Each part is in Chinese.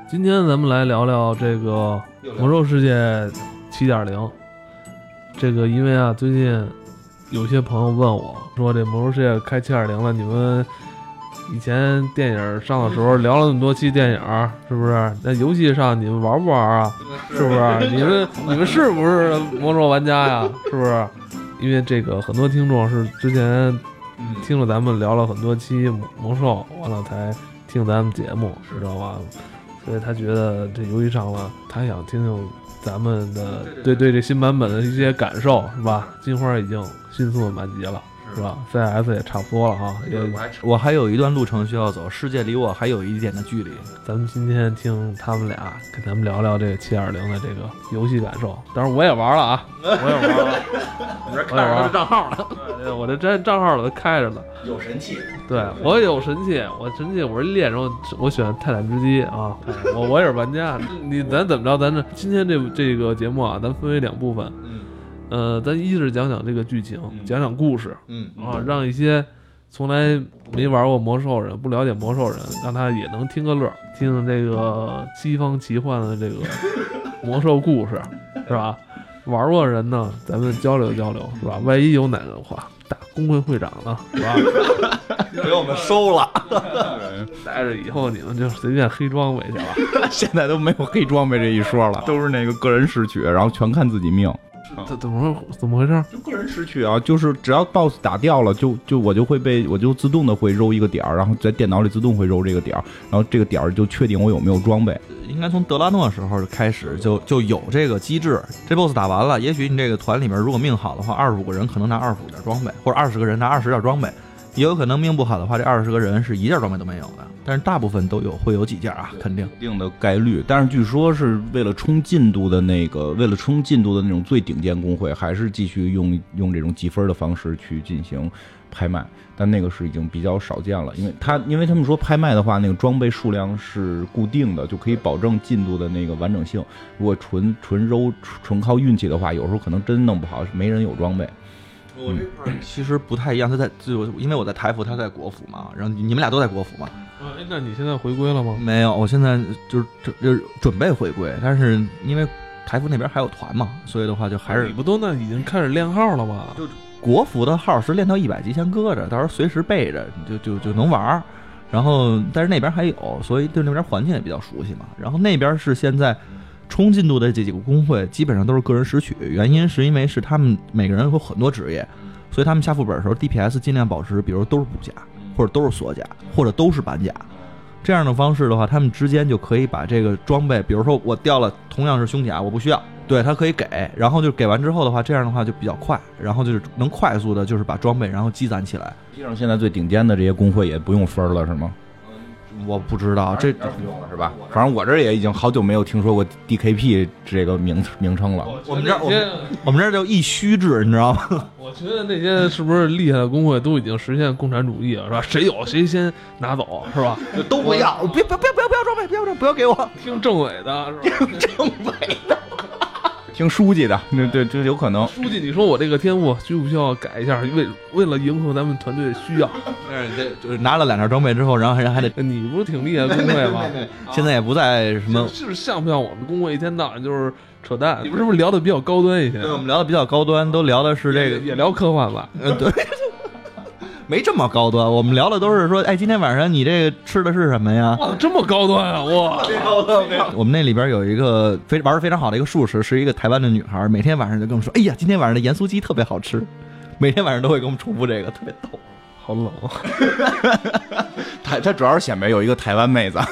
今天咱们来聊聊这个魔兽世界7.0。这个因为啊，最近有些朋友问我说，这魔兽世界开7.0了，你们以前电影上的时候聊了那么多期电影，是不是？那游戏上你们玩不玩啊？是不是？你们是不是魔兽玩家呀？是不是？因为这个很多听众是之前听了咱们聊了很多期魔兽，完了才听咱们节目，知道吧？所以他觉得这游戏上了，他想听听咱们的对这新版本的一些感受，是吧？金花已经迅速满级了，是吧 ？CS 也差不多了哈， 我还有一段路程需要走，世界离我还有一点的距离。 咱们今天听他们俩跟咱们聊聊这个7.0的这个游戏感受。当然我也玩了啊，我也玩了， 你这看着我的账号了？ 对，我这账号都开着了。 有神器， 对我有神器，我是猎人，我选泰坦之击啊，我也是玩家。咱怎么着？咱今天这个节目啊，咱分为2部分。咱一是讲讲这个剧情，讲讲故事，让一些从来没玩过魔兽人、不了解魔兽人，让他也能听个乐，听听这个西方奇幻的这个魔兽故事，是吧？玩过人呢，咱们交流交流，是吧？万一有哪个话，大工会会长呢，是吧？ 给我们收了， 带着以后你们就随便黑装备去了。 现在都没有黑装备这一说了，都是那个个人拾取，然后全看自己命。 怎么回事？ 就个人拾取啊，就是只要 BOSS 打掉了，我就自动的会揉一个点儿，然后在电脑里自动会揉这个点儿，然后这个点儿就确定我有没有装备。 应该从德拉诺时候开始就有这个机制。这 BOSS 打完了，也许你这个团里面如果命好的话，25个人可能拿25件装备，或者20个人拿20件装备。也有可能命不好的话，这20个人是1件装备都没有的，但是大部分都会有几件啊，肯定一定的概率。但是据说是为了冲进度的那种最顶尖工会，还是继续用这种积分的方式去进行拍卖，但那个是已经比较少见了，因为他们说拍卖的话，那个装备数量是固定的，就可以保证进度的那个完整性。如果纯靠运气的话，有时候可能真弄不好，没人有装备。 我这块其实不太一样，因为我在台服，他在国服嘛，然后你们俩都在国服嘛。 那你现在回归了吗？ 没有，我现在就是准备回归，但是因为台服那边还有团嘛，所以的话就还是你不都那已经开始练号了吗？ 就国服的号是练到100级先搁着，到时候随时备着，就能玩。然后但是那边还有，所以对那边环境也比较熟悉嘛。然后那边是现在冲进度的这几个工会基本上都是个人拾取，原因是因为是他们每个人有很多职业，所以他们下副本的时候 DPS 尽量保持，比如都是补甲，或者都是锁甲，或者都是板甲。这样的方式的话，他们之间就可以把这个装备，比如说我掉了同样是胸甲，我不需要，对，他可以给，然后就给完之后的话，这样的话就比较快，然后就是能快速的就是把装备然后积攒起来。 实际上现在最顶尖的这些工会也不用分了是吗？ 我不知道，这不用了是吧？反正我这也已经好久没有听说过 DKP 这个名称了。 我们这儿叫一虚制，你知道吗？ 我觉得那些是不是厉害的工会都已经实现共产主义了，是吧？谁有谁先拿走，是吧？ 都不要，不要装备，不要给我。 听政委的，是吧？ 听政委的。听书记的，对，这有可能。 书记，你说我这个天赋需不需要改一下？为了迎合咱们团队的需要。 就是拿了2件装备之后，然后还得， 你不是挺厉害的工会吗？ 现在也不在什么， 是像不像我们工会一天到晚就是扯淡？你们是不是聊的比较高端一些？ 对，我们聊的比较高端，都聊的是这个， 也聊科幻吧？ 对。没这么高端，我们聊的都是说，哎，今天晚上你这个吃的是什么呀？ 哇，这么高端啊！哇， 高端！ 我们那里边有一个玩的非常好的一个术士，是一个台湾的女孩，每天晚上就跟我们说，哎呀，今天晚上的盐酥鸡特别好吃，每天晚上都会跟我们重复这个，特别逗。 好冷啊！ 他主要是显摆有一个台湾妹子。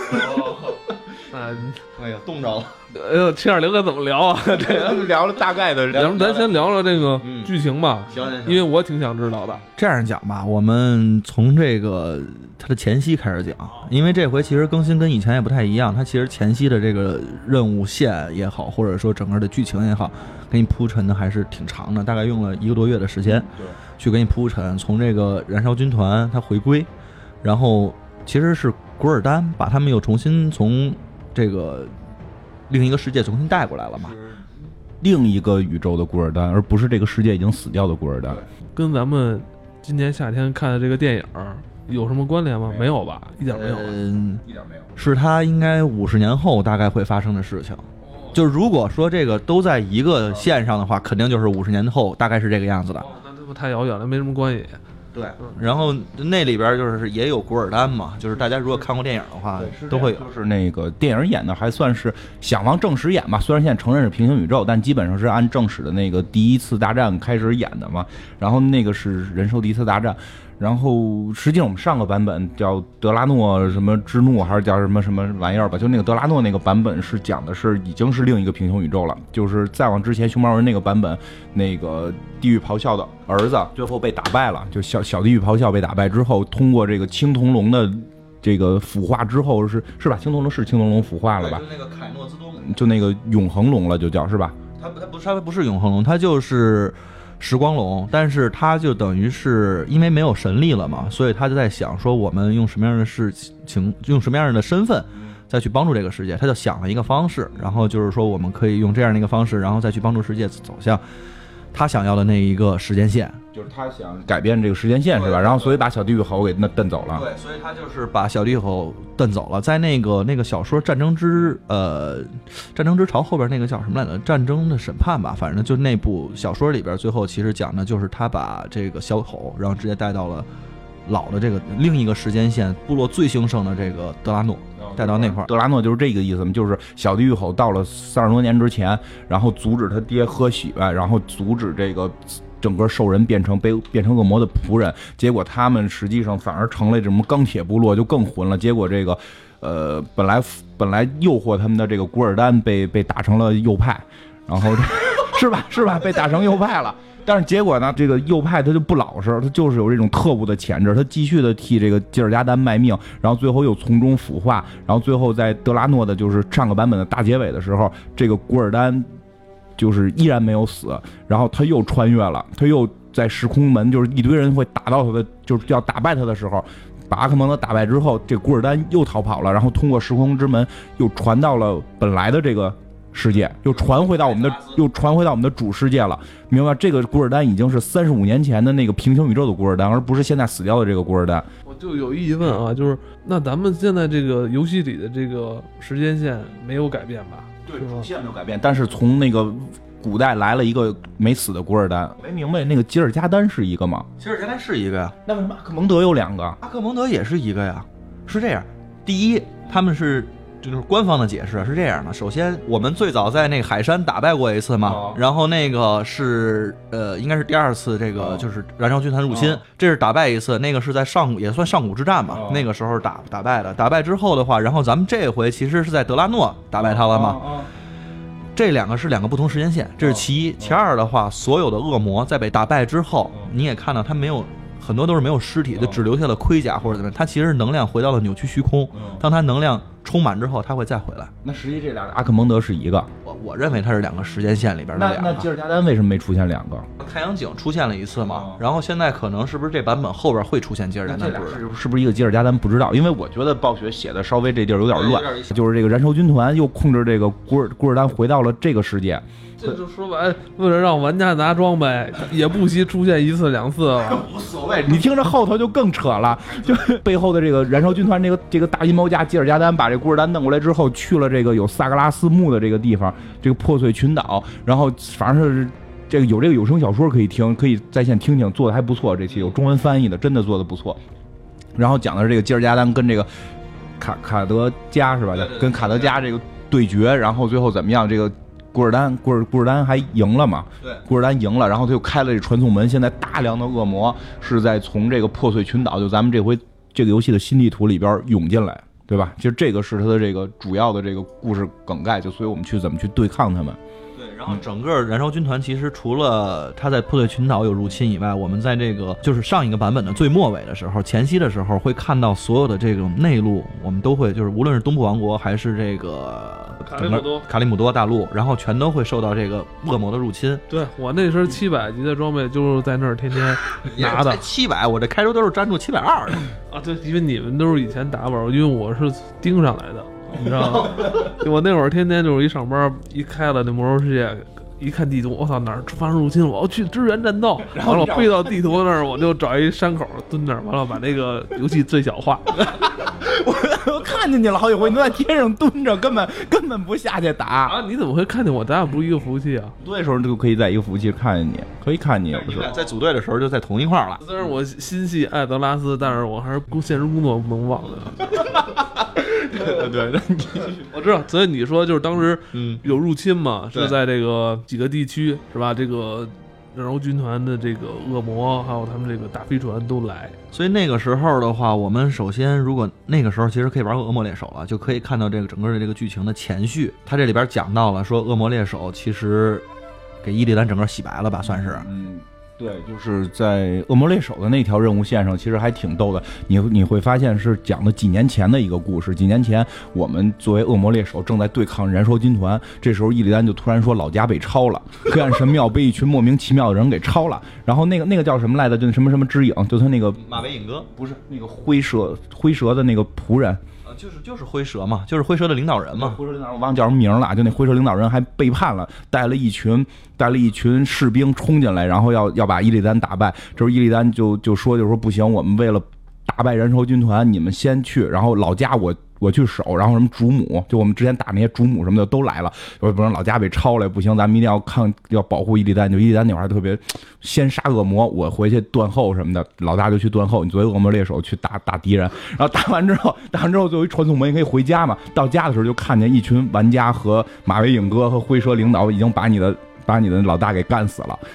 哎呀，冻着了。 哎呦，7.0该怎么聊啊？这个聊了大概的， 咱先聊聊这个剧情吧。 行， 因为我挺想知道的。 这样讲吧，我们从这个它的前期开始讲，因为这回其实更新跟以前也不太一样，它其实前期的这个任务线也好，或者说整个的剧情也好，给你铺陈的还是挺长的，大概用了1个多月的时间，去给你铺陈。从这个燃烧军团它回归，然后其实是古尔丹把他们又重新从这个另一个世界重新带过来了嘛， 另一个宇宙的古尔丹，而不是这个世界已经死掉的古尔丹。 跟咱们今年夏天看的这个电影有什么关联吗？没有吧，一点没有吧。 一点没有。 是它应该50年后大概会发生的事情。就是如果说这个都在一个线上的话，肯定就是50年后大概是这个样子的。 那这不太遥远了，没什么关系。 对，然后那里边就是也有古尔丹嘛，就是大家如果看过电影的话，都会有。 就是那个电影演的还算是想往正史演吧，虽然现在承认是平行宇宙，但基本上是按正史的那个第一次大战开始演的嘛。然后那个是人兽第一次大战，然后实际上我们上个版本叫德拉诺什么之怒还是叫什么什么玩意儿吧，就那个德拉诺那个版本是讲的是已经是另一个平行宇宙了，就是再往之前熊猫人那个版本，那个地狱咆哮的儿子最后被打败了，就小地狱咆哮被打败之后，通过这个青铜龙的这个腐化之后是吧？青铜龙是青铜龙腐化了吧？ 就那个凯诺兹多， 就那个永恒龙了，就叫是吧？ 它不是永恒龙，它就是时光龙，但是他就等于是因为没有神力了嘛，所以他就在想说我们用什么样的事情，用什么样的身份再去帮助这个世界，他就想了一个方式，然后就是说我们可以用这样的一个方式，然后再去帮助世界走向他想要的那一个时间线， 就是他想改变这个时间线是吧？然后所以把小地狱猴给蹬走了。 对，所以他就是把小地狱猴蹬走了。在那个小说《战争之潮》后边那个叫什么来着？战争的审判吧，反正就那部小说里边，最后其实讲的就是他把这个小猴，然后直接带到了老的这个另一个时间线，部落最兴盛的这个德拉诺。带到那块儿， 德拉诺就是这个意思嘛，就是小地狱口到了30多年之前，然后阻止他爹喝血，然后阻止这个整个兽人变成恶魔的仆人，结果他们实际上反而成了这种钢铁部落，就更混了。结果这个本来诱惑他们的这个古尔丹被打成了右派，然后是吧？被打成右派了。但是结果呢，这个右派他就不老实，他就是有这种特务的潜质，他继续的替这个吉尔加丹卖命，然后最后又从中腐化，然后最后在德拉诺的就是上个版本的大结尾的时候，这个古尔丹就是依然没有死，然后他又穿越了，他又在时空门，就是一堆人会打到他的，就是要打败他的时候，把阿克蒙德打败之后，这个古尔丹又逃跑了，然后通过时空之门又传到了本来的这个世界，又传回到我们的主世界了。明白？这个古尔丹已经是35年前的那个平行宇宙的古尔丹，而不是现在死掉的这个古尔丹。 我就有疑问啊，就是那咱们现在这个游戏里的这个时间线没有改变吧？ 对，主线没有改变，但是从那个古代来了一个没死的古尔丹。没明白那个吉尔加丹是一个吗？ 吉尔加丹是一个呀， 那为什么阿克蒙德有2个？ 阿克蒙德也是一个呀。是这样，第一，他们是。就是官方的解释是这样的，首先我们最早在那个海山打败过一次嘛，然后那个是应该是第2次这个就是燃烧军团入侵，这是打败一次，那个是在上古也算上古之战嘛，那个时候打败的，打败之后的话，然后咱们这回其实是在德拉诺打败他了嘛，这2个是2个不同时间线，这是其一，其二的话，所有的恶魔在被打败之后，你也看到他没有。很多都是没有尸体的，只留下了盔甲或者怎么样。它其实能量回到了扭曲虚空，当它能量充满之后，它会再回来。 那实际这2个阿克蒙德是一个， 我认为它是2个时间线里边的2个。 那吉尔加丹为什么没出现2个？ 太阳井出现了一次嘛，然后现在可能是不是这版本后边会出现吉尔加丹？ 是不是一个吉尔加丹？不知道，因为我觉得暴雪写的稍微这地儿有点乱，就是这个燃烧军团又控制这个古尔丹回到了这个世界。 这就说白，为了让玩家拿装备，也不惜出现1次2次了， 无所谓。你听着后头就更扯了，就背后的这个燃烧军团这个大阴谋家吉尔加丹把这古尔丹弄过来之后，去了这个有萨格拉斯墓的这个地方，这个破碎群岛，然后反正是这个有这个有声小说可以听，可以在线听听，做的还不错。这期有中文翻译的，真的做的不错。然后讲的是这个吉尔加丹跟这个卡德加是吧？跟卡德加这个对决，然后最后怎么样？这个。古尔丹还赢了嘛？ 对， 古尔丹赢了，然后他又开了这传送门，现在大量的恶魔是在从这个破碎群岛，就咱们这回这个游戏的新地图里边涌进来，对吧？其实这个是它的这个主要的这个故事梗概，就所以我们怎么去对抗他们。 然后整个燃烧军团其实除了他在破碎群岛有入侵以外，我们在这个就是上一个版本的最末尾的时候，前期的时候会看到所有的这种内陆，我们都会就是无论是东部王国还是这个卡里姆多大陆，然后全都会受到这个恶魔的入侵。 对，我那身700级的装备就是在那儿天天拿的。 700，我这开头都是粘住720的啊。对，因为你们都是以前打本，因为我是盯上来的。你知道吗？我那会儿天天就是一上班一开了那魔兽世界， 一看地图，我操，哪儿发生入侵，我要去支援战斗。完了，我飞到地图那儿，我就找一山口蹲那儿，完了把那个游戏最小化。 我看见你了好几回，你都在天上蹲着，根本不下去打啊！你怎么会看见我？咱俩不是一个服务器啊？ 组队的时候就可以在一个服务器看见你，可以看见你。有的时候在组队的时候就在同一块了。 虽然我心系艾德拉斯，但是我还是现实工作不能忘的。 对， 我知道。所以你说就是当时有入侵嘛，是在这个几个地区是吧？这个人肉军团的这个恶魔，还有他们这个大飞船都来。 所以那个时候的话，我们首先如果那个时候其实可以玩恶魔猎手了，就可以看到这个整个的这个剧情的前序。他这里边讲到了说，恶魔猎手其实给伊利丹整个洗白了吧，算是。 对，就是在恶魔猎手的那条任务线上，其实还挺逗的。你会发现是讲的几年前的一个故事。几年前，我们作为恶魔猎手正在对抗燃烧军团，这时候伊利丹就突然说老家被抄了，黑暗神庙被一群莫名其妙的人给抄了。然后那个叫什么来着？就什么之影，就他那个马维影哥， 不是那个灰蛇的那个仆人。 就是灰蛇嘛，就是灰蛇的领导人嘛。 灰蛇领导人我忘了叫什么名了，就那灰蛇领导人还背叛了，带了一群士兵冲进来，然后要把伊利丹打败。这时候伊利丹就说不行，我们为了打败燃烧军团，你们先去，然后老家我去守，然后什么主母，就我们之前打那些主母什么的都来了，不能老家被抄了，不行，咱们一定要保护伊利丹。就伊利丹那会儿还特别先杀恶魔，我回去断后什么的，老大就去断后，你作为恶魔猎手去打敌人，然后打完之后作为传送门可以回家嘛。到家的时候就看见一群玩家和马维影哥和灰蛇领导已经把你的老大给干死了，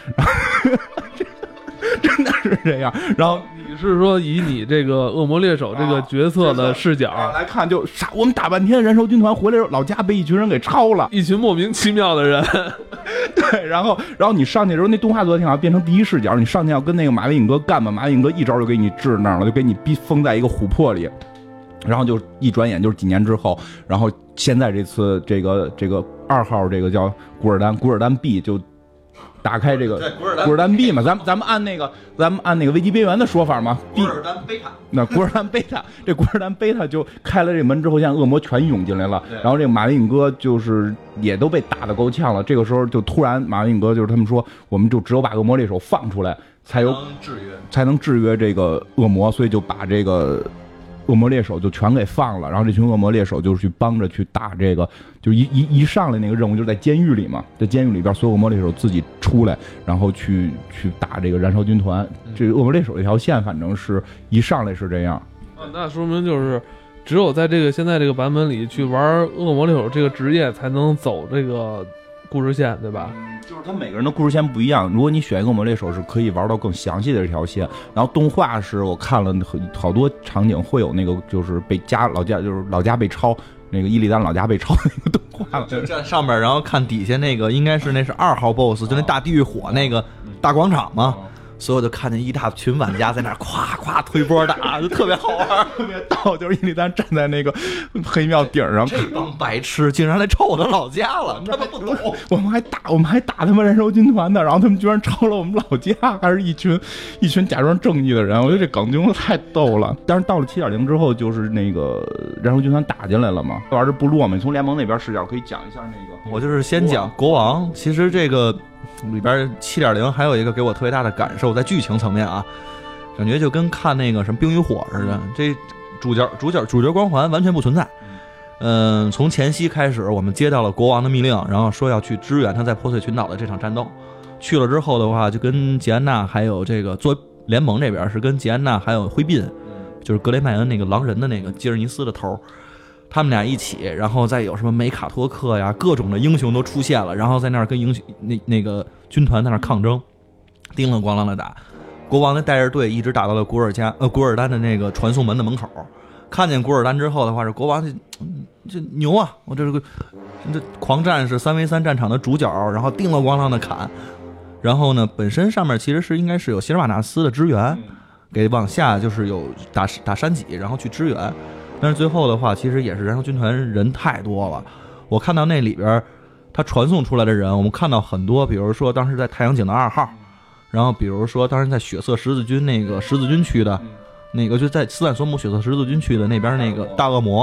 真的是这样。然后你是说以你这个恶魔猎手这个角色的视角来看，就傻，我们打半天燃烧军团回来，老家被一群人给抄了， 一群莫名其妙的人。 对，然后你上去的时候，那动画做的挺好，变成第一视角，你上去要跟那个马维影哥干嘛，马维影哥一招就给你治那儿了，就给你逼封在一个琥珀里。然后就一转眼就是几年之后，然后现在这次这个2号这个叫古尔丹 B 就打开这个古尔丹 B 嘛，咱们按那个危机边缘的说法嘛， 古尔丹贝塔， 那古尔丹贝塔，这古尔丹贝塔就开了这门之后，现在恶魔全涌进来了，然后这个马维影哥就是也都被打得够呛了。这个时候就突然马维影哥就是他们说，我们就只有把恶魔猎手放出来，才能制约这个恶魔，所以就把这个恶魔猎手就全给放了，然后这群恶魔猎手就去帮着去打这个，就一上来那个任务就是在监狱里嘛，在监狱里边所有恶魔猎手自己出来，然后去打这个燃烧军团。这个恶魔猎手这条线反正是一上来是这样。 那说明就是只有在这个现在这个版本里去玩恶魔猎手这个职业才能走这个故事线，对吧？ 就是他每个人的故事线不一样，如果你选一个恶魔猎手是可以玩到更详细的这条线。然后动画是我看了好多场景会有那个就是老家被抄，那个伊利丹老家被抄那个动画了， 就站上面然后看底下那个应该是那是2号 BOSS， 就那大地狱火那个大广场嘛。所有就看见一大群玩家在那夸夸推波打，就特别好玩， 特别逗。就是伊利丹站在那个黑庙顶上， 这帮白痴竟然来抄我的老家了，他们不懂。 我们还打他们燃烧军团的，然后他们居然抄了我们老家，还是一群假装正义的人。我觉得这梗用的太逗了。但是到了 7.0 之后，就是那个燃烧军团打进来了嘛，玩的部落嘛。从联盟那边视角可以讲一下那个。 我就是先讲国王，其实这个里边 7.0 还有一个给我特别大的感受，在剧情层面啊，感觉就跟看那个什么冰与火似的，这主角光环完全不存在。从前夕开始，我们接到了国王的密令，然后说要去支援他在破碎群岛的这场战斗。去了之后的话，就跟吉安娜还有这个做联盟这边是跟吉安娜还有灰鬓，就是格雷麦恩那个狼人的那个吉尔尼斯的头，他们俩一起，然后再有什么梅卡托克呀，各种的英雄都出现了，然后在那儿跟英雄那个军团在那儿抗争，叮了咣啷的打。国王呢带着队一直打到了古尔丹的那个传送门的门口。看见古尔丹之后的话，这国王这牛啊！我这狂战士3v3战场的主角，然后叮了咣啷的砍。然后呢，本身上面其实应该是有希尔瓦纳斯的支援，给往下就是有打山脊，然后去支援。但是最后的话，其实也是燃烧军团人太多了。我看到那里边他传送出来的人，我们看到很多，比如说当时在太阳井的2号，然后比如说当时在血色十字军那个十字军区的那个，就在斯坦索姆血色十字军区的那边那个大恶魔，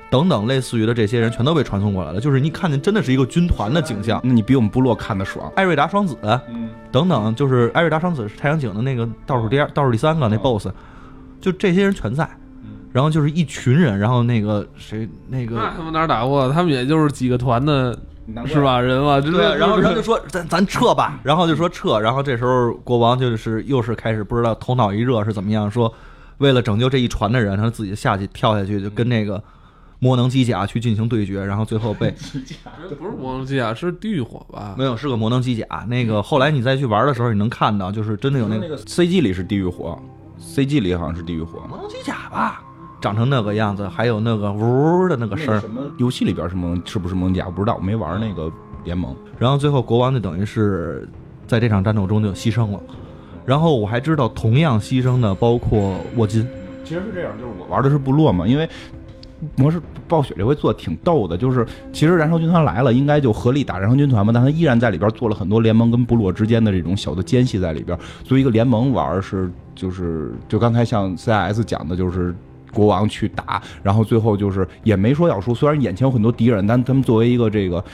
等等类似于的这些人全都被传送过来了，就是你看见真的是一个军团的景象。 那你比我们部落看得爽。 艾瑞达双子，等等，就是艾瑞达双子是太阳井的那个倒数第3个那 BOSS， 就这些人全在。然后就是一群人，然后那个谁那个那他们哪打过？他们也就是几个团的，是吧？人嘛， 对。然后就说咱撤吧，然后就说撤。然后这时候国王就是又是开始不知道头脑一热是怎么样，说为了拯救这一船的人，他自己跳下去就跟那个魔能机甲去进行对决，然后最后被不是魔能机甲，是地狱火吧？ 没有，是个魔能机甲。那个后来你再去玩的时候，你能看到，就是真的有那个 CG 里是地狱火，CG 里好像是地狱火， 魔能机甲吧。长成那个样子，还有那个呜的那个声儿。 什么游戏里边是不是蒙甲？我不知道，我没玩那个联盟。 然后最后国王就等于是在这场战斗中就牺牲了。然后我还知道同样牺牲的包括沃金。 其实是这样，就是我玩的是部落嘛，因为模式暴雪这回做的挺逗的，就是其实燃烧军团来了，应该就合力打燃烧军团嘛，但他依然在里边做了很多联盟跟部落之间的这种小的间隙在里边。作为一个联盟玩就刚才像 CIS 讲的，就是国王去打，然后最后就是也没说要输，虽然眼前有很多敌人，但他们作为一个这个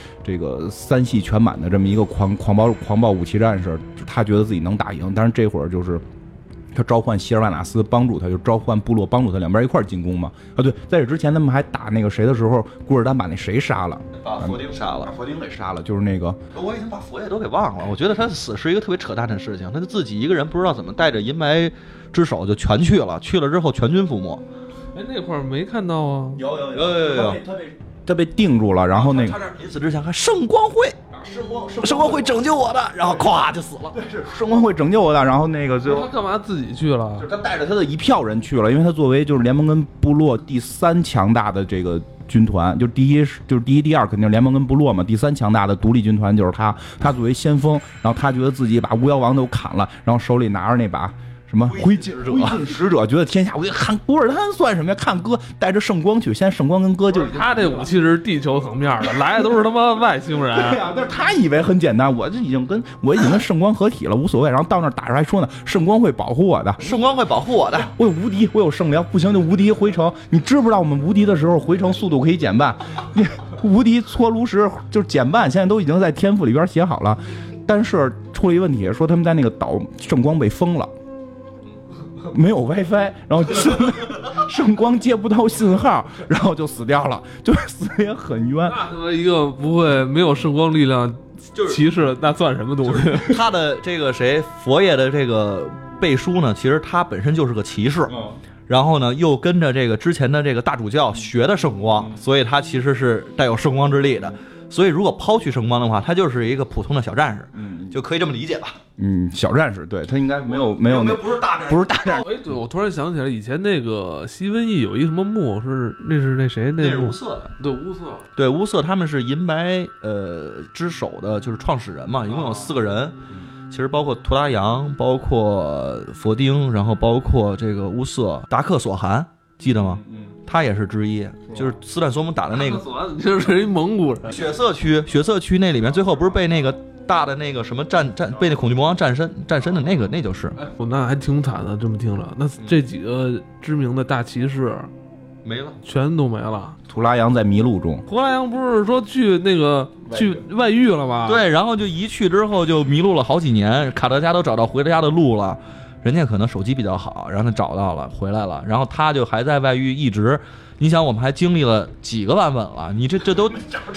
3系全满的这么一个狂暴武器战士，他觉得自己能打赢。但是这会儿就是他召唤希尔瓦纳斯帮助他，就召唤部落帮助他，两边一块进攻嘛。啊，对，在这之前他们还打那个谁的时候，古尔丹把那谁杀了， 把佛丁杀了， 把佛丁给杀了，就是那个我已经把佛爷都给忘了。我觉得他死是一个特别扯淡的事情，他就自己一个人不知道怎么带着银白之手就全去了之后全军覆没。 哎，那块儿没看到啊。 有， 他被定住了，然后那个差点临死之前还圣光会，圣光会拯救我的，然后咵就死了。 对，是圣光会拯救我的，然后那个最后他干嘛自己去了？ 就是他带着他的一票人去了，因为他作为就是联盟跟部落第3强大的这个军团，就第一、第二肯定是联盟跟部落嘛，第3强大的独立军团就是他作为先锋，然后他觉得自己把巫妖王都砍了，然后手里拿着那把什么灰烬使者，觉得天下我看古尔丹算什么呀？看哥带着圣光去，现在圣光跟哥就他这武器是地球层面的，来的都是他妈外星人。 对呀，但是他以为很简单，我已经跟圣光合体了，无所谓。然后到那儿打着还说呢，圣光会保护我的， 圣光会保护我的， 我有无敌，我有圣灵，不行就无敌回城。你知不知道我们无敌的时候回城速度可以减半？无敌搓炉石就是减半，现在都已经在天赋里边写好了。但是出了一个问题，说他们在那个岛圣光被封了。没有 WiFi， 然后圣光接不到信号，然后就死掉了，就死也很冤。 那他妈一个不会没有圣光力量骑士，那算什么东西？ 他的这个佛爷的这个背书呢，其实他本身就是个骑士，然后呢又跟着这个之前的这个大主教学的圣光，所以他其实是带有圣光之力的。所以如果抛去圣光的话，他就是一个普通的小战士，就可以这么理解吧。 小战士，对他应该没有不是大战士， 不是大战士。 哎，对，我突然想起来，以前那个西瘟疫有一什么墓那是那谁那是乌瑟的， 对乌瑟， 对乌瑟他们是银白之手的，就是创始人嘛，一共有4个人。其实包括图拉扬，包括佛丁，然后包括这个乌瑟、达克索汗，记得吗？他也是之一，就是斯坦索姆打的那个， 就是一蒙古人。 血色区那里面，最后不是被那个大的那个什么被那恐惧魔王战身的那个，那就是。 哎，那还挺惨的，这么听着，那这几个知名的大骑士没了， 全都没了。 图拉扬在迷路中， 图拉扬不是说去外遇了吗？ 对，然后就一去之后就迷路了好几年，卡德加都找到回家的路了。人家可能手机比较好，然后他找到了，回来了，然后他就还在外域一直。你想，我们还经历了几个版本了，你这都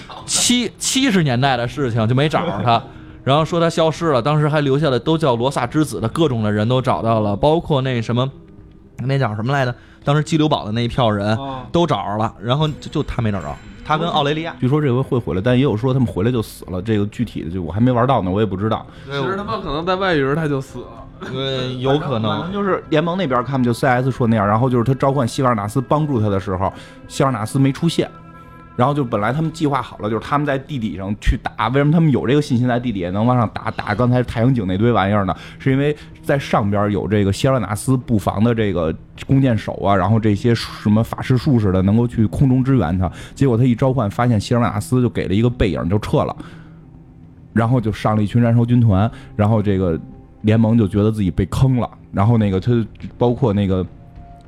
70年代的事情就没找着他，然后说他消失了，当时还留下了都叫罗萨之子的各种的人都找到了，包括那什么，那叫什么来着？当时激流堡的那一票人都找着了，然后就他没找着。他跟奥雷利亚， 据说这回会回来，但也有说他们回来就死了。这个具体的就我还没玩到呢，我也不知道。 其实他妈可能在外域他就死了。 对，有可能。 反正就是联盟那边看就 CS 说那样，然后就是他召唤希瓦尔纳斯帮助他的时候，希瓦尔纳斯没出现。然后就本来他们计划好了，就是他们在地底上去打。为什么他们有这个信心在地底也能往上打刚才太阳井那堆玩意儿呢？是因为在上边有这个希尔纳斯布防的这个弓箭手啊，然后这些什么法师术士的能够去空中支援他。结果他一召唤，发现希尔纳斯就给了一个背影就撤了，然后就上了一群燃烧军团，然后这个联盟就觉得自己被坑了，然后那个他包括那个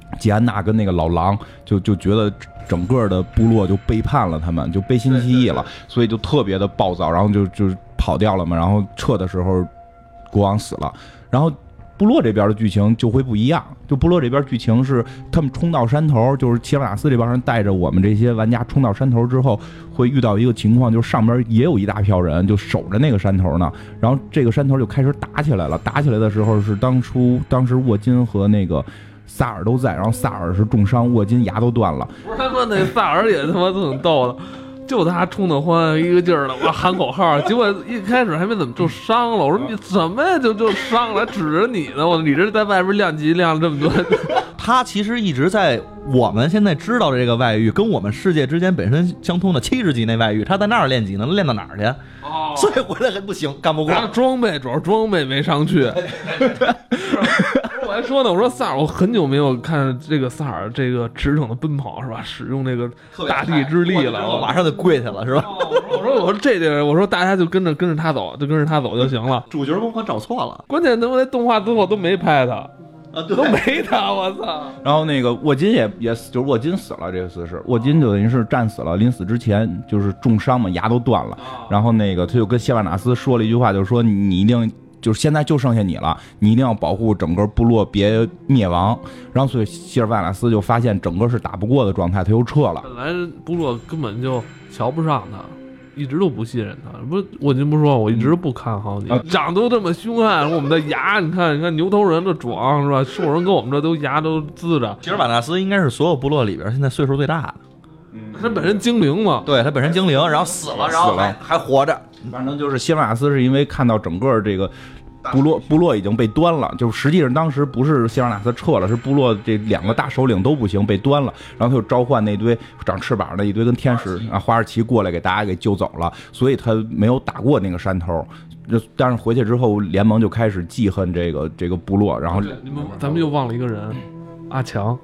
吉安娜跟那个老狼就觉得整个的部落就背叛了他们，就背信弃义了，所以就特别的暴躁，然后就跑掉了嘛。然后撤的时候，国王死了，然后部落这边的剧情就会不一样。就部落这边剧情是他们冲到山头，就是希尔瓦纳斯这帮人带着我们这些玩家冲到山头之后，会遇到一个情况，就是上边也有一大票人就守着那个山头呢。然后这个山头就开始打起来了。打起来的时候是当时沃金和那个萨尔都在，然后萨尔是重伤，沃金牙都断了。 不是他妈那萨尔也他妈挺逗的，就他冲得欢，一个劲儿的哇喊口号，结果一开始还没怎么就伤了。我说你怎么呀就伤了，指着你呢？我你这在外边亮级亮了这么多。 他其实一直在我们现在知道的这个外域，跟我们世界之间本身相通的70级那外域，他在那儿练级能练到哪儿去？哦，所以回来还不行，干不过。 装备主要装备没上去。我还说呢，我说萨尔，我很久没有看这个萨尔这个驰骋的奔跑是吧？使用这个大地之力了， 我马上就跪下了是吧？ 我说这个，我说大家就跟着他走，就跟着他走就行了。 主角光环找错了， 关键他妈那动画最后都没拍他。 啊， 都没他，我操！ 然后那个沃金也死，就是沃金死了，这个死是沃金就等于是战死了，临死之前就是重伤嘛，牙都断了。然后那个他就跟谢瓦纳斯说了一句话，就是说你一定就是现在就剩下你了，你一定要保护整个部落别灭亡。然后所以谢尔瓦纳斯就发现整个是打不过的状态，他又撤了。 本来部落根本就瞧不上他。一直都不信任他，不，我就不说，我一直不看好你，长得都这么凶悍，我们的牙，你看牛头人的壮是吧？兽人跟我们这都牙都呲着。 吉尔瓦纳斯应该是所有部落里边现在岁数最大的， 他本身精灵嘛， 对他本身精灵，然后死了，然后还活着。 反正就是谢瓦纳斯是因为看到整个这个部落已经被端了，就实际上当时不是谢瓦纳斯撤了，是部落这2个大首领都不行，被端了。然后他就召唤那堆长翅膀的一堆跟天使啊花儿旗过来给大家给救走了，所以他没有打过那个山头。但是回去之后，联盟就开始记恨这个部落。然后咱们又忘了一个人，阿强，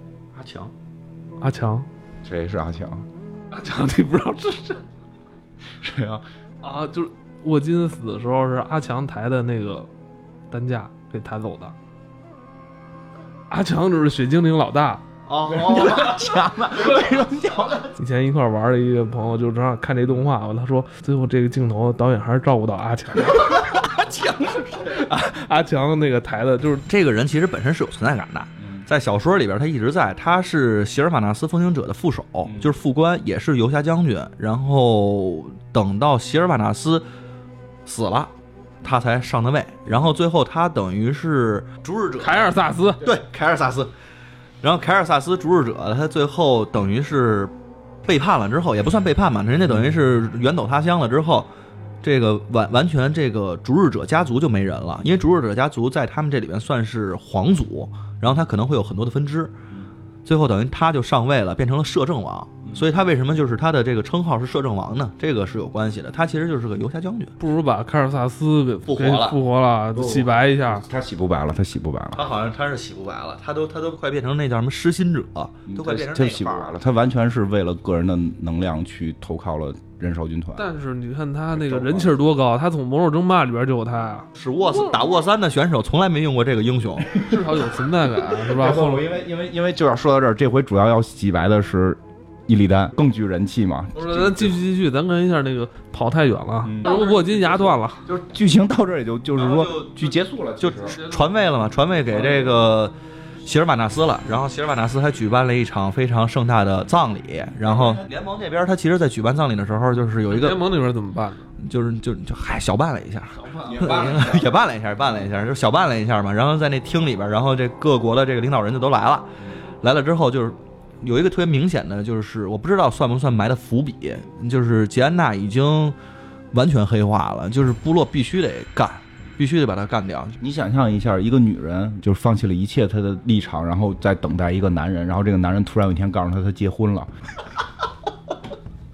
谁是阿强？ 阿强你不知道是谁？ 谁啊？ 啊，就是沃金死的时候是阿强抬的那个担架给抬走的。阿强就是雪精灵老大。 阿强啊！ 以前一块玩的一个朋友就正好看这动画，他说最后这个镜头导演还是照顾到阿强。 阿强是谁？ 阿强那个抬的就是这个人，其实本身是有存在感的。在小说里边他一直在，他是席尔法纳斯风行者的副手，就是副官，也是游侠将军。然后等到席尔法纳斯死了，他才上的位。然后最后他等于是逐日者凯尔萨斯， 对，凯尔萨斯。然后凯尔萨斯逐日者他最后等于是背叛了之后，也不算背叛嘛，人家等于是远走他乡了之后，这个完全这个逐日者家族就没人了，因为逐日者家族在他们这里边算是皇族，然后他可能会有很多的分支，最后等于他就上位了，变成了摄政王。所以他为什么就是他的这个称号是摄政王呢？这个是有关系的，他其实就是个游侠将军。 不如把凯尔萨斯给复活了，洗白一下。 他洗不白了，他好像他是洗不白了，他都快变成那叫什么失心者，都快变成那他洗不白了。他完全是为了个人的能量去投靠了人兽军团。 但是你看他那个人气多高，他从魔兽争霸里边就有他啊。 是打沃3的选手从来没用过这个英雄， 至少有存在感，是吧？ 因为就要说到这儿，这回主要洗白的是伊利丹，更具人气嘛。 不是，咱继续，咱看一下那个跑太远了，沃金牙断了， 就是剧情到这儿也就是说就结束了， 就传位了嘛，传位给这个席尔瓦纳斯了。然后席尔瓦纳斯还举办了一场非常盛大的葬礼。然后联盟这边他其实在举办葬礼的时候，就是有一个联盟那边怎么办呢？ 就小办了一下，也办了一下，就小办了一下嘛。然后在那厅里边，然后这各国的这个领导人就都来了之后就是。有一个特别明显的，就是我不知道算不算埋的伏笔，就是吉安娜已经完全黑化了，就是部落必须得干，必须得把他干掉。 你想象一下，一个女人就是放弃了一切她的立场，然后在等待一个男人，然后这个男人突然有一天告诉她他结婚了。他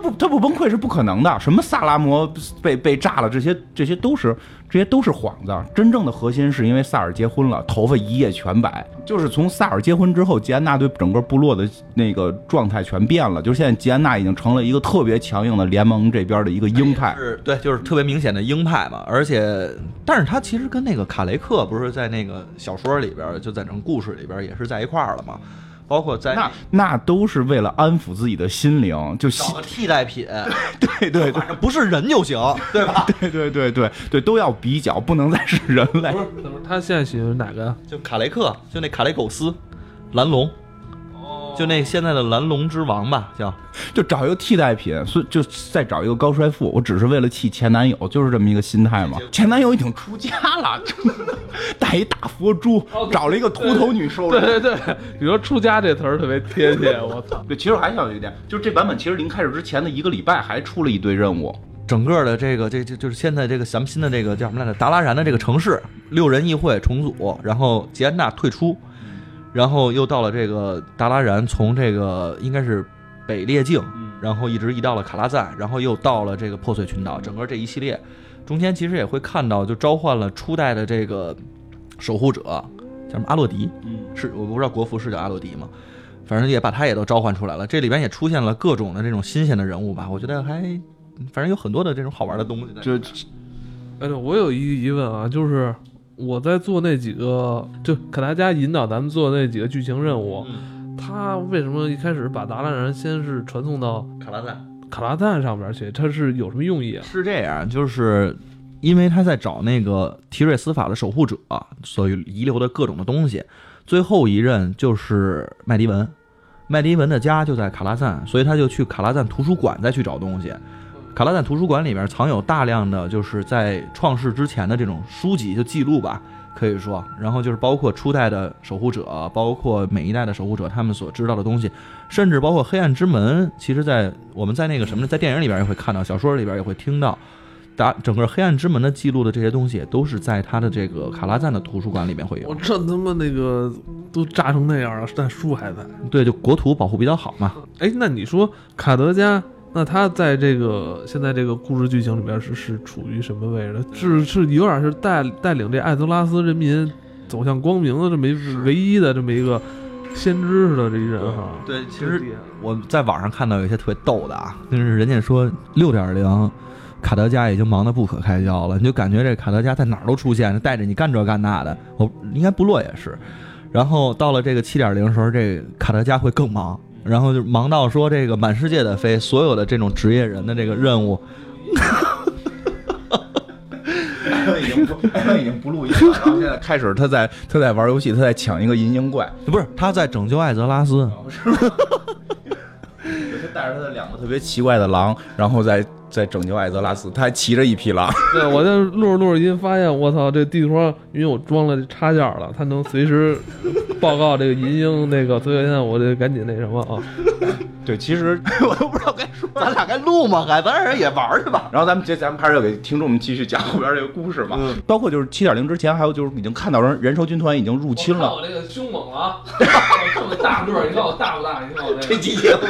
他不崩溃是不可能的。什么萨拉摩被炸了，这些都是幌子。真正的核心是因为萨尔结婚了，头发一夜全白。就是从萨尔结婚之后，吉安娜对整个部落的那个状态全变了。就是现在吉安娜已经成了一个特别强硬的联盟这边的一个鹰派， 对，就是特别明显的鹰派嘛。而且，但是他其实跟那个卡雷克不是在那个小说里边，就在整个故事里边也是在一块儿了嘛。包括在那都是为了安抚自己的心灵，就找个替代品， 对， 反正不是人就行，对吧？ 对，都要比较，不能再是人类。 不是，他现在喜欢哪个？ 就卡雷克，就那卡雷苟斯，蓝龙。就那现在的蓝龙之王吧， 就找一个替代品，所以就再找一个高帅富。我只是为了气前男友，就是这么一个心态嘛。前男友已经出家了，带一大佛珠，找了一个秃头女兽人。 对，你说出家这词儿特别贴切，我操。 对，其实我还想有一点，就是这版本其实临开始之前的1个礼拜还出了一堆任务。 整个的这就是现在这个咱们新的这个叫什么来着？达拉然的这个城市，6人议会重组，然后吉安娜退出。然后又到了这个达拉然，从这个应该是北列境，然后一直移到了卡拉赞，然后又到了这个破碎群岛。整个这一系列中间其实也会看到，就召唤了初代的这个守护者，叫什么阿洛迪，是我不知道国服是叫阿洛迪吗？反正也把他也都召唤出来了。这里边也出现了各种的这种新鲜的人物吧，我觉得还反正有很多的这种好玩的东西。 我有一个疑问啊，就是我在做那几个，就卡达加引导咱们做那几个剧情任务，他为什么一开始把达拉然先是传送到卡拉赞上边去？他是有什么用意啊？ 是这样，就是因为他在找那个提瑞斯法的守护者，所以遗留的各种的东西。最后一任就是麦迪文的家就在卡拉赞，所以他就去卡拉赞图书馆再去找东西。卡拉赞图书馆里面藏有大量的就是在创世之前的这种书籍，就记录吧，可以说，然后就是包括初代的守护者，包括每一代的守护者他们所知道的东西，甚至包括黑暗之门。其实我们在那个什么，在电影里边也会看到，小说里边也会听到，整个黑暗之门的记录的这些东西都是在他的这个卡拉赞的图书馆里面会有。 我这他妈那个都炸成那样了，但书还在。 对，就国土保护比较好嘛。 那你说卡德加，那他在这个现在这个故事剧情里边是处于什么位置？是有点是带领这艾泽拉斯人民走向光明的这么唯一的这么一个先知似的这一人哈。 对，其实我在网上看到有一些特别逗的啊，就是人家说6.0。卡德加已经忙得不可开交了，你就感觉这卡德加在哪儿都出现，带着你干这干那的。应该部落也是。然后到了这个 7.0 的时候，这卡德加会更忙，然后就忙到说这个满世界的飞，所有的这种职业人的这个任务。 已经不录音了，然后现在开始他在玩游戏，他在抢一个银鹰怪， 不是他在拯救艾泽拉斯。 他带着他的2个特别奇怪的狼，然后在拯救艾泽拉斯，他还骑着一匹狼。 对，我在录着音发现，我操，这地图上因为我装了这插件了，它能随时报告这个银鹰那个，所以现在我得赶紧那什么啊。 对，其实我都不知道该说，咱俩该录吗？咱俩也玩去吧。 然后咱们还是要给听众们继续讲后边这个故事嘛。包括就是 7.0 之前，还有就是已经看到人兽军团已经入侵了。 我这个凶猛了啊，这么大个儿，你看我大不大？你看我这期节目。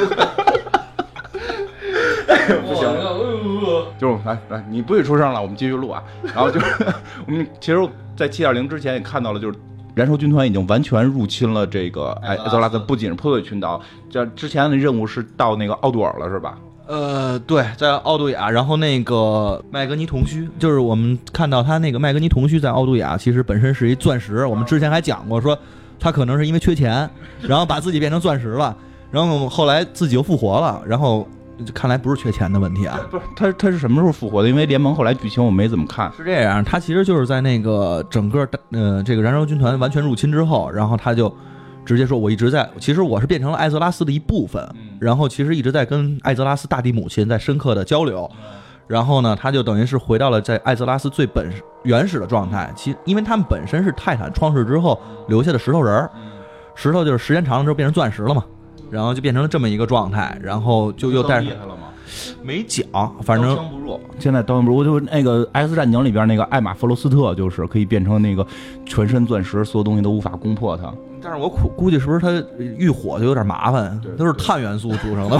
不行，就是来，你不许出声了，我们继续录啊。然后就是我们其实，在 7.0 之前也看到了，就是燃烧军团已经完全入侵了这个艾泽拉斯，不仅是破碎群岛，这之前的任务是到那个奥杜尔了，是吧？ 对，在奥杜亚，然后那个麦格尼铜须，就是我们看到他那个麦格尼铜须在奥杜亚，其实本身是一钻石。我们之前还讲过，说他可能是因为缺钱，然后把自己变成钻石了，然后后来自己又复活了，然后。看来不是缺钱的问题啊， 不是他是什么时候复活的？因为联盟后来剧情我没怎么看。 是这样，他其实就是在那个整个这个燃烧军团完全入侵之后，然后他就直接说，其实我是变成了艾泽拉斯的一部分，然后其实一直在跟艾泽拉斯大地母亲在深刻的交流，然后呢，他就等于是回到了在艾泽拉斯最原始的状态。因为他们本身是泰坦创世之后留下的石头人，石头就是时间长了之后变成钻石了嘛。然后就变成了这么一个状态，然后就又带上厉害了吗？ 没讲，反正刀枪不入。现在刀枪不入，就那个 X 战警里边那个艾玛弗罗斯特，就是可以变成那个全身钻石，所有东西都无法攻破它。 但是我估计是不是它遇火就有点麻烦，都是碳元素组成的。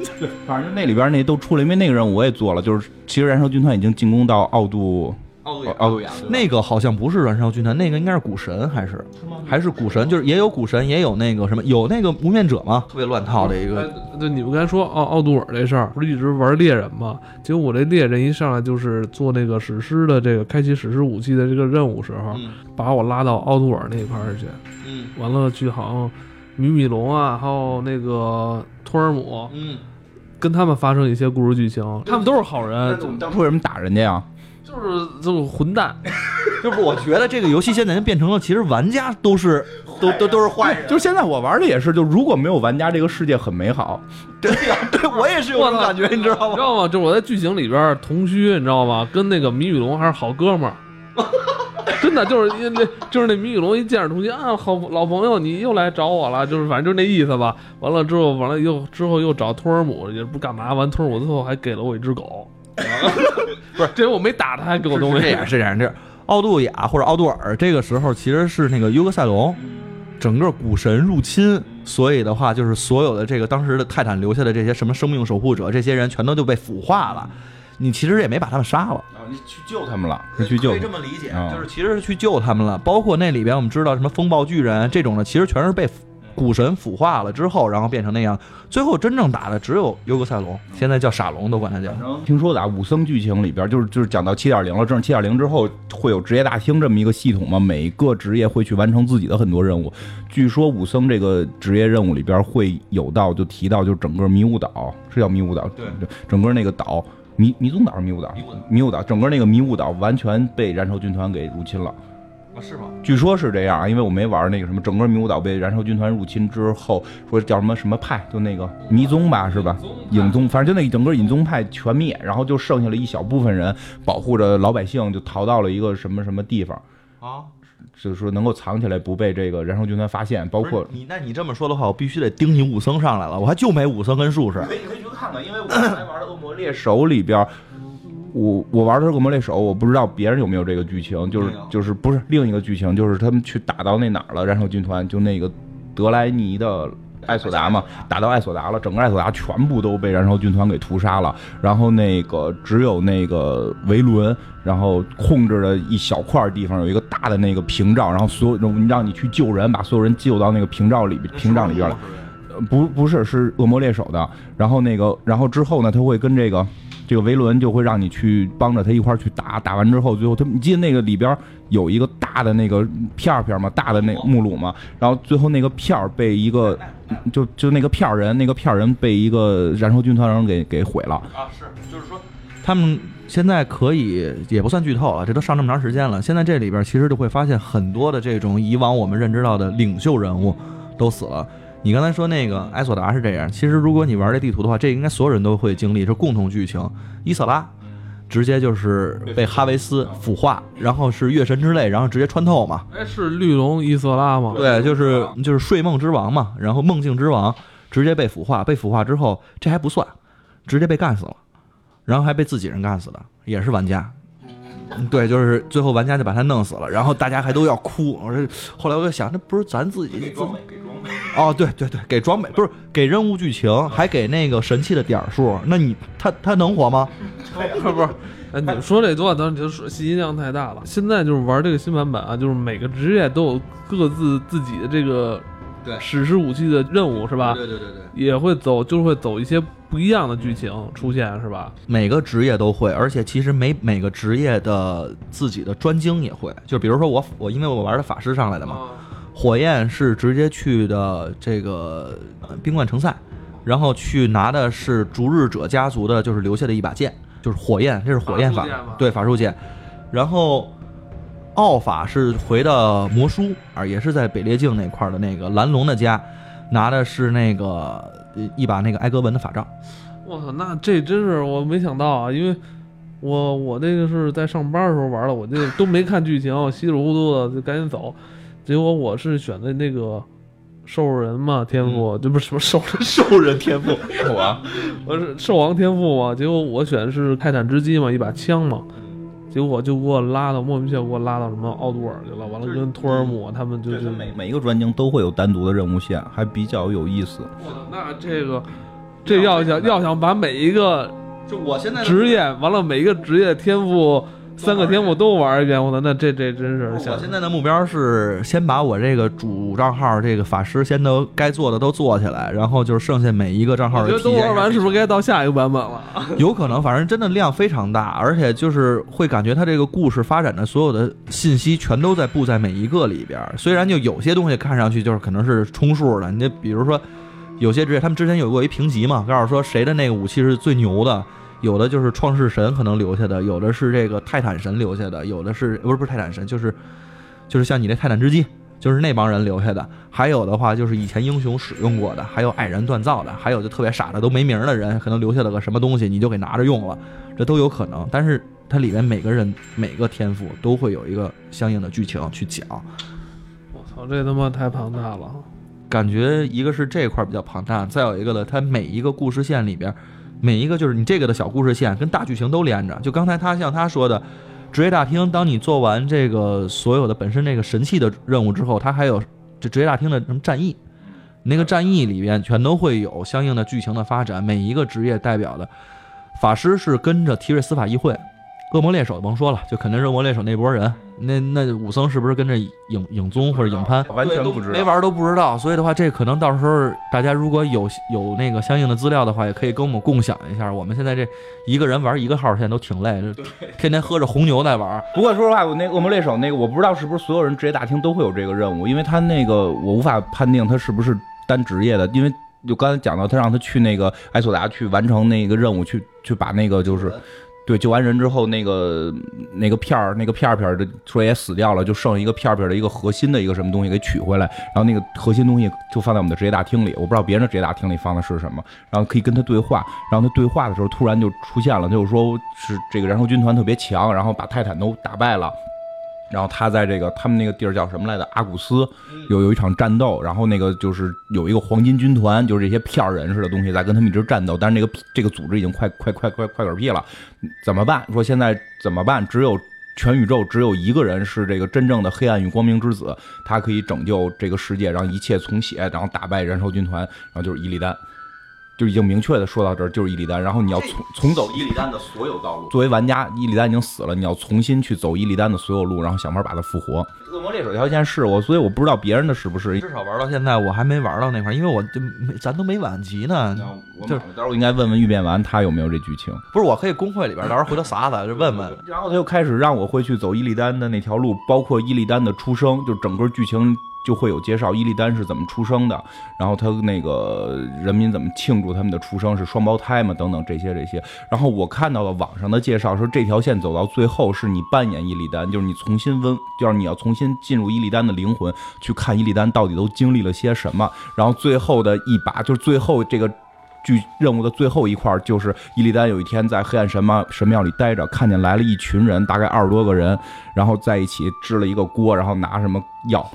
对，反正那里边那都出了，因为那个任务我也做了，就是其实燃烧军团已经进攻到奥杜亚， 那个好像不是燃烧军团，那个应该是古神还是古神，就是也有古神，也有那个什么，有那个无面者嘛，特别乱套的一个。 对，你们刚才说奥杜尔这事儿，不是一直玩猎人吗？结果我这猎人一上来就是做那个史诗的这个开启史诗武器的这个任务时候，把我拉到奥杜尔那一块儿去，完了去好像米龙啊，还有那个托尔姆，跟他们发生一些故事剧情，他们都是好人。 当初为什么打人家呀？ 就是混蛋。 就是我觉得这个游戏现在变成了，其实玩家都是坏人。 就是现在我玩的也是，就如果没有玩家，这个世界很美好。 对呀，对我也是有这种感觉，你知道吗？ 你知道吗？就是我在剧情里边同须，你知道吗？跟那个米宇龙还是好哥们儿。真的就是那米宇龙一见着同学啊，好老朋友，你又来找我了，就是反正就那意思吧。完了之后又找托尔姆，也不干嘛。完托尔姆最后还给了我一只狗。不是，这我没打他，还给我东西。 是这样。奥杜亚或者奥杜尔这个时候其实是那个尤格塞隆整个古神入侵，所以的话就是所有的这个当时的泰坦留下的这些什么生命守护者，这些人全都就被腐化了。你其实也没把他们杀了， 你去救他们了，是去救。 可以这么理解，就是其实是去救他们了。包括那里边我们知道什么风暴巨人这种的，其实全是被古神腐化了之后，然后变成那样。最后真正打的只有尤格塞隆，现在叫傻龙，都管他叫。 听说的啊，武僧剧情里边就是讲到 7.0 了，正是 7.0 之后会有职业大厅这么一个系统嘛，每个职业会去完成自己的很多任务。据说武僧这个职业任务里边会有到就提到，就整个迷雾岛是叫迷雾岛，对，整个那个岛迷踪岛是迷雾岛，整个那个迷雾岛完全被燃烧军团给入侵了。 是吗？ 据说是这样啊，因为我没玩那个什么，整个迷雾岛被燃烧军团入侵之后，说叫什么派，就那个迷踪吧，是吧？影宗，反正就那整个影宗派全灭，然后就剩下了一小部分人保护着老百姓，就逃到了一个什么地方啊，就是说能够藏起来不被这个燃烧军团发现。包括你这么说的话，我必须得盯你武僧上来了，我还就没武僧跟术士。 可以去看看，因为我还玩的恶魔猎手里边。我玩的是恶魔猎手，我不知道别人有没有这个剧情，就是不是另一个剧情，就是他们去打到那哪儿了，燃烧军团就那个德莱尼的艾索达嘛，打到艾索达了，整个艾索达全部都被燃烧军团给屠杀了，然后那个只有那个维伦，然后控制了一小块地方有一个大的那个屏障，然后所有让你去救人，把所有人救到那个屏障里边了。不是，是恶魔猎手的。然后之后呢，他会跟这个维伦就会让你去帮着他一块去打完之后，最后你记得那个里边有一个大的那个片嘛，大的那个目录嘛，然后最后那个片被一个就那个片人被一个燃烧军团人给毁了啊！ 是，就是说他们现在可以也不算剧透了，这都上这么长时间了，现在这里边其实就会发现很多的这种以往我们认知到的领袖人物都死了。你刚才说那个埃索达是这样，其实如果你玩这地图的话，这应该所有人都会经历，是共同剧情。伊瑟拉直接就是被哈维斯腐化，然后是月神之泪，然后直接穿透嘛。 是绿龙伊瑟拉吗？ 对，就是睡梦之王嘛，然后梦境之王直接被腐化，被腐化之后这还不算，直接被干死了，然后还被自己人干死的，也是玩家。对，就是最后玩家就把他弄死了，然后大家还都要哭。后来我就想，这不是咱自己给装备哦，对，给装备不是给任务剧情，还给那个神器的点数。那他能活吗？ 不是，你们说这多，当然就是信息量太大了。现在就是玩这个新版本啊，就是每个职业都有各自己的这个史诗武器的任务，是吧？对，也会走一些不一样的剧情出现，是吧？ 每个职业都会，而且其实每个职业的自己的专精也会。就比如说我因为我玩的法师上来的嘛，火焰是直接去的这个冰冠城塞，然后去拿的是逐日者家族的，就是留下的一把剑，就是火焰，这是火焰法，对，法术剑。然后奥法是回的魔书啊，也是在北列境那块的那个蓝龙的家，拿的是那个一把那个埃格文的法杖。 我操，那这真是我没想到啊！因为我那个是在上班的时候玩的，我这都没看剧情，稀里糊涂的就赶紧走。结果我是选的那个兽人嘛天赋，这不是什么兽人天赋，我是兽王天赋嘛。结果我选的是泰坦之击嘛，一把枪嘛。结果就给我拉到莫名其妙，给我拉到什么奥杜尔去了。完了跟托尔姆他们就每一个专精都会有单独的任务线，还比较有意思。 那这个这要想把每一个就我现在职业完了，每一个职业天赋3个天赋都玩一遍，我操，那这真是。 我现在的目标是先把我这个主账号这个法师先都该做的都做起来，然后就是剩下每一个账号的体验。 我觉得都玩完是不是该到下一个版本了？ 有可能，反正真的量非常大，而且就是会感觉它这个故事发展的所有的信息全都在布在每一个里边。虽然就有些东西看上去就是可能是充数的，你比如说有些职业，他们之前有过一评级嘛，告诉说谁的那个武器是最牛的。有的就是创世神可能留下的，有的是这个泰坦神留下的，有的是不是泰坦神，就是像你这泰坦之击，就是那帮人留下的，还有的话就是以前英雄使用过的，还有矮人锻造的，还有就特别傻的都没名的人可能留下了个什么东西，你就给拿着用了，这都有可能。但是它里面每个人每个天赋都会有一个相应的剧情去讲。 我操，这他妈太庞大了！ 感觉一个是这块比较庞大，再有一个呢，它每一个故事线里边。每一个就是你这个的小故事线跟大剧情都连着，就刚才像他说的，职业大厅，当你做完这个所有的本身这个神器的任务之后，它还有这职业大厅的什么战役，那个战役里边全都会有相应的剧情的发展。每一个职业代表的法师是跟着提瑞司法议会，恶魔猎手甭说了，就肯定是恶魔猎手那波人。那武僧是不是跟着影宗或者影潘？ 完全不知道， 没玩都不知道。所以的话，这可能到时候大家如果有那个相应的资料的话，也可以跟我们共享一下。我们现在这一个人玩一个号，现在都挺累，天天喝着红牛在玩。 不过说实话，我那恶魔猎手那个，我不知道是不是所有人职业大厅都会有这个任务，因为他那个我无法判定他是不是单职业的，因为就刚才讲到他让他去那个埃索达去完成那个任务，去把那个就是。对，救完人之后，那个片儿的说也死掉了，就剩一个片的一个核心的一个什么东西给取回来，然后那个核心东西就放在我们的职业大厅里，我不知道别人的职业大厅里放的是什么，然后可以跟他对话，然后他对话的时候突然就出现了，就是说是这个燃烧军团特别强，然后把泰坦都打败了。然后他在这个他们那个地儿叫什么来着？阿古斯有一场战斗，然后那个就是有一个黄金军团，就是这些片人似的东西在跟他们一直战斗，但是这个组织已经快嗝屁了，怎么办？说现在怎么办？只有全宇宙只有一个人是这个真正的黑暗与光明之子，他可以拯救这个世界，让一切重写，然后打败燃烧军团，然后就是伊利丹。就已经明确的说到这儿，就是伊利丹，然后你要重走伊利丹的所有道路。作为玩家，伊利丹已经死了，你要重新去走伊利丹的所有路，然后想法把它复活。恶魔猎手条线是我，所以我不知道别人的是不是。 至少玩到现在，我还没玩到那块，因为我咱都没晚级呢。 就是到时候应该问问预变完他有没有这剧情。 不是，我可以公会里边到时候回头撒就问问。 然后他又开始让我会去走伊利丹的那条路，包括伊利丹的出生，就整个剧情。就会有介绍伊利丹是怎么出生的，然后他那个人民怎么庆祝他们的出生，是双胞胎嘛，等等这些。然后我看到了网上的介绍说，这条线走到最后是你扮演伊利丹，就是你重新就是你要重新进入伊利丹的灵魂，去看伊利丹到底都经历了些什么。然后最后的一把，就是最后这个剧任务的最后一块，就是伊利丹有一天在黑暗神庙里待着，看见来了一群人，大概20多个人，然后在一起支了一个锅，然后拿什么药。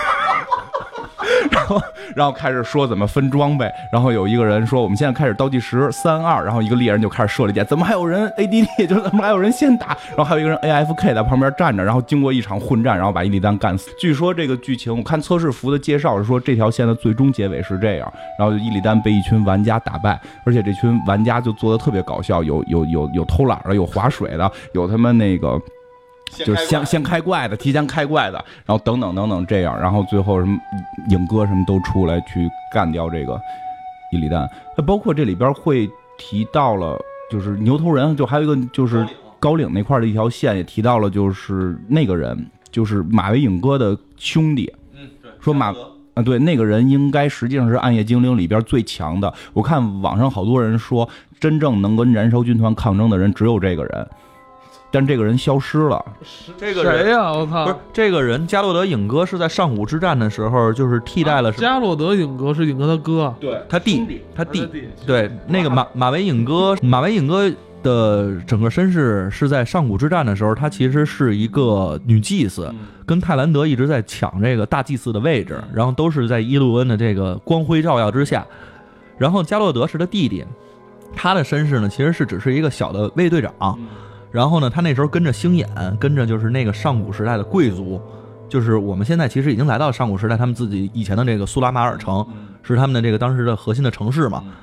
然后开始说怎么分装备，然后有一个人说我们现在开始倒计时3、2，然后一个猎人就开始射了一箭，怎么还有人 ADD， 就是怎么还有人先打，然后还有一个人 AFK 在旁边站着，然后经过一场混战，然后把伊利丹干死。据说这个剧情，我看测试服的介绍是说这条线的最终结尾是这样，然后伊利丹被一群玩家打败，而且这群玩家就做的特别搞笑，有偷懒的，有划水的，有他们那个。就是先开怪的，提前开怪的，然后等等这样，然后最后什么影哥什么都出来去干掉这个伊利丹。包括这里边会提到了，就是牛头人，就还有一个就是高岭那块的一条线也提到了，就是那个人就是马维影哥的兄弟， 对， 说对，那个人应该实际上是暗夜精灵里边最强的。我看网上好多人说，真正能跟燃烧军团抗争的人只有这个人。但这个人消失了， 这个人谁呀？我操！ 不是这个人，加洛德影哥是在上古之战的时候，就是替代了。 加洛德影哥是影哥他哥， 对， 他弟。对，那个马维影哥的整个身世是在上古之战的时候，他其实是一个女祭司，跟泰兰德一直在抢这个大祭司的位置，然后都是在伊路恩的这个光辉照耀之下。然后加洛德是他弟弟，他的身世呢其实只是一个小的卫队长。然后呢，他那时候跟着星眼，跟着就是那个上古时代的贵族，就是我们现在其实已经来到上古时代，他们自己以前的这个苏拉马尔城是他们的这个当时的核心的城市嘛。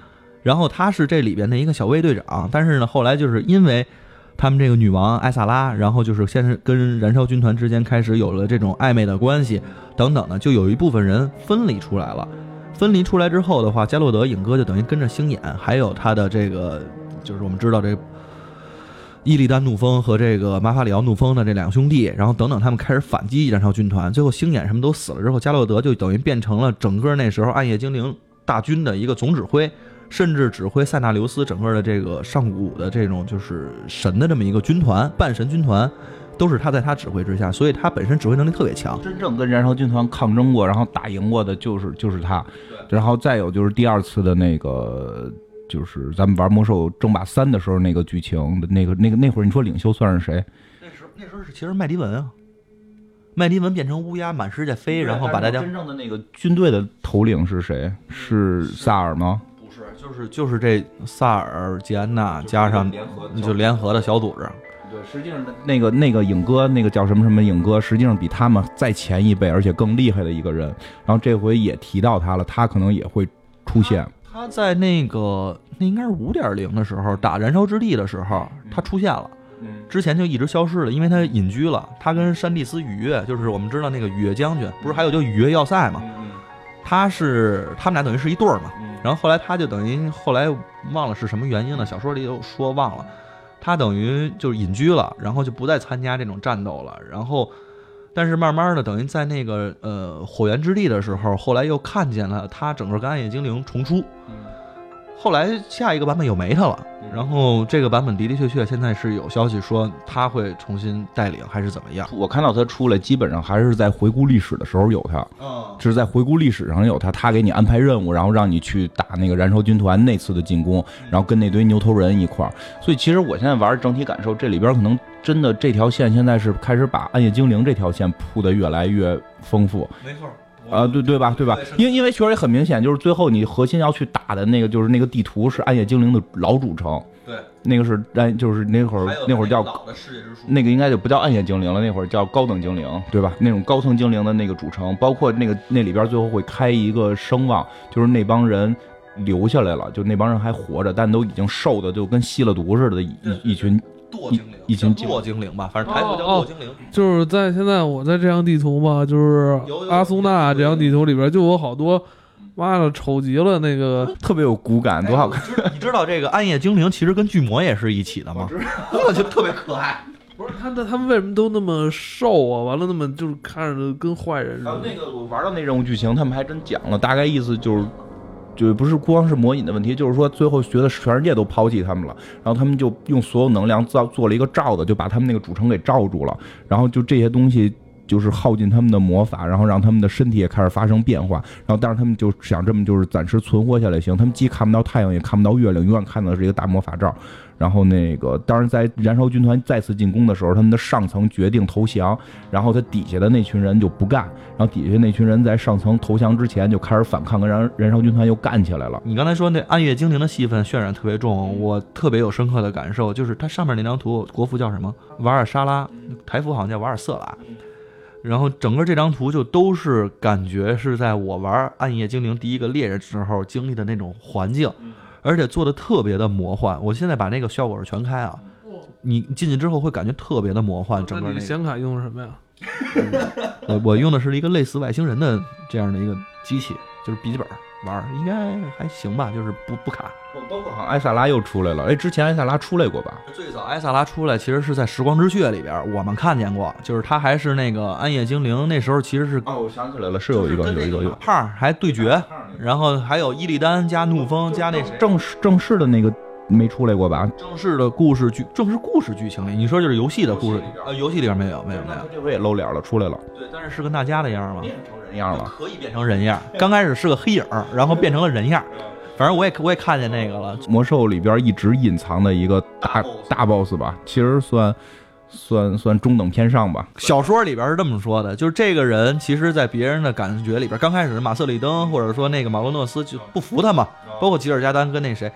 然后他是这里边的一个小卫队长，但是呢，后来就是因为他们这个女王艾萨拉，然后就是先是跟燃烧军团之间开始有了这种暧昧的关系等等的，就有一部分人分离出来了。分离出来之后的话，加洛德影哥就等于跟着星眼，还有他的这个就是我们知道这伊利丹怒风和这个马法里奥怒风的这两兄弟，然后等等他们开始反击燃烧军团，最后星眼什么都死了之后，加洛德就等于变成了整个那时候暗夜精灵大军的一个总指挥，甚至指挥塞纳留斯整个的这个上古的这种就是神的这么一个军团，半神军团都是他在他指挥之下，所以他本身指挥能力特别强。 真正跟燃烧军团抗争过，然后打赢过的就是他。然后再有就是第二次的那个，就是咱们玩魔兽争霸3的时候那个剧情的那会儿，你说领袖算是谁？ 那时候是其实麦迪文啊，麦迪文变成乌鸦满世界飞，然后把大家真正的那个军队的头领是谁？是萨尔吗？ 不是，就是这萨尔、吉安娜加上就联合的小组织。 对，实际上那个影哥，那个叫什么什么影哥，实际上比他们再前一辈，而且更厉害的一个人。然后这回也提到他了，他可能也会出现。 他在那应该是 5.0 的时候打燃烧之地的时候，他出现了。之前就一直消失了，因为他隐居了。他跟山地斯雨月，就是我们知道那个雨月将军，不是还有叫雨月要塞吗？他们俩等于是一对儿嘛。然后后来他就等于后来忘了是什么原因了，小说里有说忘了。他等于就是隐居了，然后就不再参加这种战斗了。然后，但是慢慢的等于在那个火源之地的时候，后来又看见了他整个跟暗夜精灵重出。后来下一个版本又没他了，然后这个版本的的确确现在是有消息说他会重新带领还是怎么样。 我看到他出来基本上还是在回顾历史的时候有他，就是在回顾历史上有他给你安排任务，然后让你去打那个燃烧军团那次的进攻，然后跟那堆牛头人一块儿。所以其实我现在玩整体感受，这里边可能真的这条线现在是开始把暗夜精灵这条线铺得越来越丰富。 没错。 对吧？因为确实也很明显，就是最后你核心要去打的那个，就是那个地图是暗夜精灵的老主城。 对， 那个是就是那会儿叫那个应该就不叫暗夜精灵了，那会儿叫高等精灵，对吧？那种高层精灵的那个主城，包括那里边最后会开一个声望，就是那帮人留下来了，就那帮人还活着，但都已经瘦的就跟吸了毒似的一群。一群堕精灵吧，反正台词叫堕精灵。 就是在现在我在这张地图嘛，就是阿苏纳这张地图里边就有好多，妈的丑极了，那个特别有骨感，多好看！ 你知道这个暗夜精灵其实跟巨魔也是一起的吗？我就特别可爱。 不是他们为什么都那么瘦啊？完了那么就是看着跟坏人似的。 那个我玩到那任务剧情，他们还真讲了，大概意思就是。就不是光是魔引的问题，就是说最后觉得全世界都抛弃他们了，然后他们就用所有能量做了一个罩子，就把他们那个主城给罩住了，然后就这些东西就是耗尽他们的魔法，然后让他们的身体也开始发生变化，然后但是他们就想这么就是暂时存活下来行，他们既看不到太阳也看不到月亮，永远看到的是一个大魔法罩。然后那个当然在燃烧军团再次进攻的时候，他们的上层决定投降，然后他底下的那群人就不干，然后底下那群人在上层投降之前就开始反抗，跟燃烧军团又干起来了。 你刚才说那暗夜精灵的戏份渲染特别重，我特别有深刻的感受，就是它上面那张图国服叫什么瓦尔沙拉，台服好像叫瓦尔瑟拉，然后整个这张图就都是感觉是在我玩暗夜精灵第一个猎人时候经历的那种环境，而且做的特别的魔幻。我现在把那个效果是全开啊，你进去之后会感觉特别的魔幻。整个那你显卡用的什么呀？ 我用的是一个类似外星人的这样的一个机器，就是笔记本玩，应该还行吧，就是不卡。 包括好像艾萨拉又出来了，之前艾萨拉出来过吧？ 最早艾萨拉出来其实是在《时光之血》里边，我们看见过，就是他还是那个暗夜精灵，那时候其实是我想起来了，是有一个胖还对决，然后还有伊利丹加怒风加那正式的那个没出来过吧？ 正式故事剧情里，你说就是游戏的故事游戏里边没有。 这回也露脸了，出来了。 对，但是跟大家的样嘛， 变成人样了， 可以变成人样。刚开始是个黑影，然后变成了人样。反正我也看见那个了。 魔兽里边一直隐藏的一个大 boss 吧，其实算中等偏上吧。 小说里边是这么说的，就是这个人其实在别人的感觉里边，刚开始马瑟里登或者说那个马洛诺斯就不服他嘛，包括吉尔加丹跟那谁。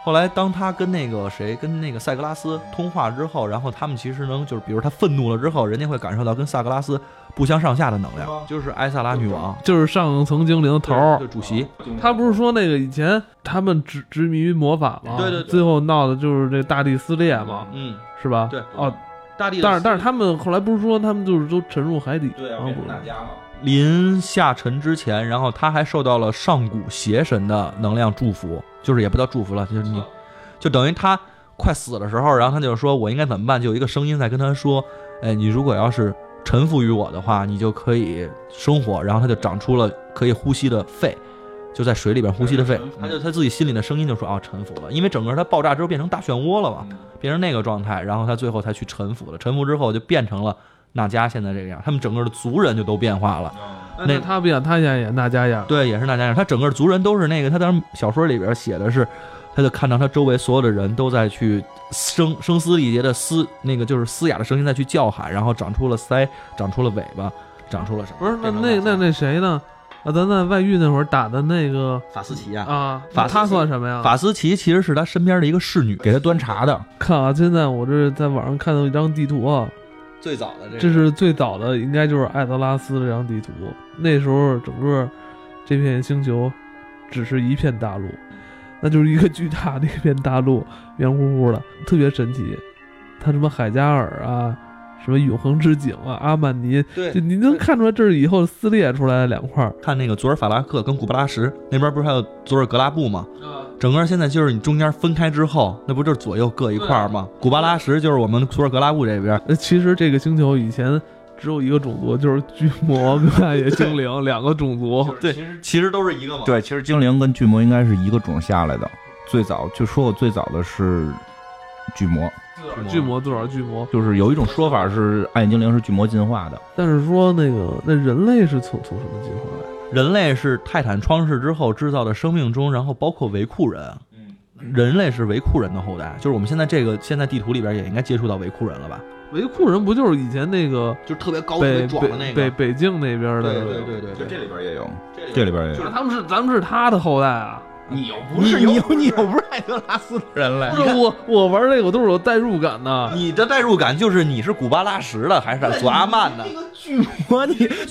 后来当他跟那个赛格拉斯通话之后，然后他们其实能就是比如他愤怒了之后，人家会感受到跟萨格拉斯不相上下的能量，就是艾萨拉女王， 就是上层精灵头儿， 就主席。 他不是说那个以前他们执迷于魔法吗？ 对， 最后闹的就是这大地撕裂嘛，是吧？ 对， 大地，但是他们后来不是说他们就是都沉入海底， 对啊，变成大家嘛。 临下沉之前，然后他还受到了上古邪神的能量祝福，就是也不叫祝福了，就是你，就等于他快死的时候，然后他就说我应该怎么办？就有一个声音在跟他说，哎，你如果要是臣服于我的话，你就可以生活。然后他就长出了可以呼吸的肺，就在水里边呼吸的肺。他自己心里的声音就说啊，臣服了，因为整个他爆炸之后变成大漩涡了嘛，变成那个状态，然后他最后才去臣服了。臣服之后就变成了娜迦现在这个样，他们整个的族人就都变化了。 那他不演，他也娜迦样， 对，也是娜迦样。他整个族人都是那个，他当时小说里边写的是，他就看到他周围所有的人都在去声嘶力竭的那个就是嘶哑的声音再去叫喊，然后长出了腮，长出了尾巴，长出了什么？ 不是，那谁呢？咱在外遇那会儿打的那个法斯奇他算什么呀？ 法斯奇其实是他身边的一个侍女， 给他端茶的。 看啊，现在我这在网上看到一张地图啊。 最早的这是最早的，应该就是艾泽拉斯这张地图。那时候整个这片星球只是一片大陆，那就是一个巨大的一片大陆，圆乎乎的，特别神奇。它什么海加尔啊，什么永恒之井啊，阿曼尼， 对， 就你能看出来这是以后撕裂出来的两块。 看那个佐尔法拉克跟古巴拉什那边不是还有佐尔格拉布吗？整个现在就是你中间分开之后，那不就是左右各一块吗？古巴拉什就是我们佐尔格拉布这边。 其实这个星球以前只有一个种族，就是巨魔跟暗夜精灵两个种族。 对，其实都是一个嘛。 对，其实精灵跟巨魔应该是一个种下来的。最早就说过，最早的是巨魔。 巨魔多少巨魔？ 就是有一种说法是暗夜精灵是巨魔进化的， 但是说那人类是从什么进化来？ 人类是泰坦创世之后制造的生命中，然后包括维库人，人类是维库人的后代，就是我们现在地图里边也应该接触到维库人了吧？ 维库人不就是以前那个就特别高特别壮的那个北境那边的？ 对， 这里边也有，这里边也有。 咱们是他的后代啊。 你又不是你又不是艾德拉斯的人类。 不是我玩这个我都是有代入感的。 你的代入感就是你是古巴拉什的还是祖阿曼的？ 那个巨魔，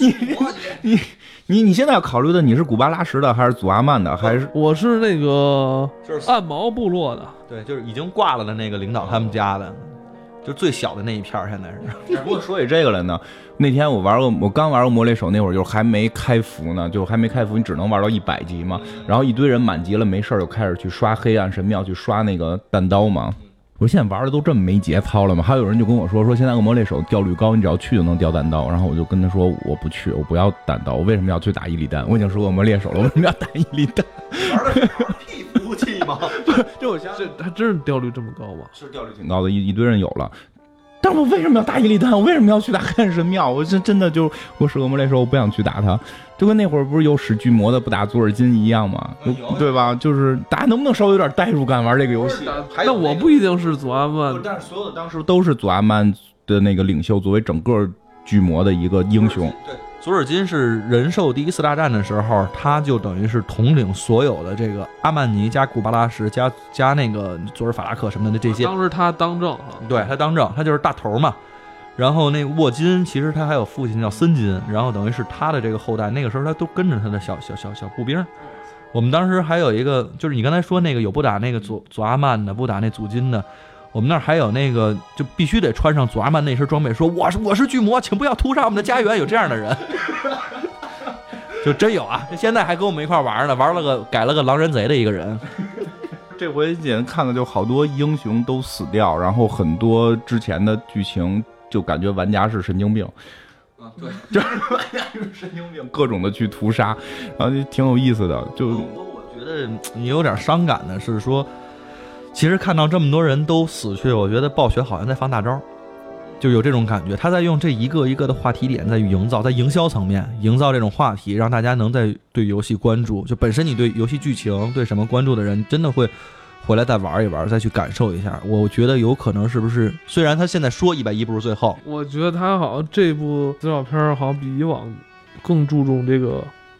你现在要考虑的你是古巴拉什的还是祖阿曼的还是？ 我是那个就是暗毛部落的。 对，就是已经挂了的那个领导他们家的。就最小的那一片现在是。 不过说起这个来呢，那天我刚玩过魔猎手那会儿，就还没开服呢，就还没开服，你只能玩到100级嘛。然后一堆人满级了，没事就开始去刷黑暗神庙，去刷那个弹刀嘛。我说现在玩的都这么没节操了吗？还有人就跟我说现在恶魔猎手掉率高，你只要去就能掉弹刀。然后我就跟他说我不去，我不要弹刀，我为什么要去打伊利丹？我已经是恶魔猎手了，我为什么要打伊利丹？ 玩的是屁服务器吗？ 就我想这还真是掉率这么高吗？ 是掉率挺高的，一堆人有了。但我为什么要打伊利丹？我为什么要去打黑暗神庙？我真的就我是恶魔猎手，我不想去打他。就跟那会儿不是有使巨魔的不打佐尔金一样吗？对吧？就是大家能不能稍微有点代入感玩这个游戏？ 那我不一定是祖阿曼， 但是所有的当时都是祖阿曼的那个领袖作为整个巨魔的一个英雄。 对，佐尔金是人兽第一次大战的时候，他就等于是统领所有的这个阿曼尼加古巴拉什加那个佐尔法拉克什么的这些。 当时他当政， 对，他当政，他就是大头嘛。然后那个沃金其实他还有父亲叫森金，然后等于是他的这个后代，那个时候他都跟着他的小步兵。我们当时还有一个，就是你刚才说那个有不打那个祖阿曼的，不打那祖金的。我们那儿还有那个，就必须得穿上祖阿曼那身装备，说我是巨魔，请不要屠杀我们的家园。有这样的人，就真有啊！现在还跟我们一块玩呢，改了个狼人贼的一个人。 这回简看的就好多英雄都死掉，然后很多之前的剧情就感觉玩家是神经病。 对， 就是玩家是神经病，各种的去屠杀，然后就挺有意思的。就我觉得你有点伤感的是说。其实看到这么多人都死去，我觉得暴雪好像在放大招，就有这种感觉。他在用这一个一个的话题点在营造，在营销层面营造这种话题，让大家能在对游戏关注。就本身你对游戏剧情对什么关注的人，真的会回来再玩一玩，再去感受一下。我觉得有可能是不是？虽然他现在说110不是最后， 我觉得他好像这部资料片好像比以往更注重这个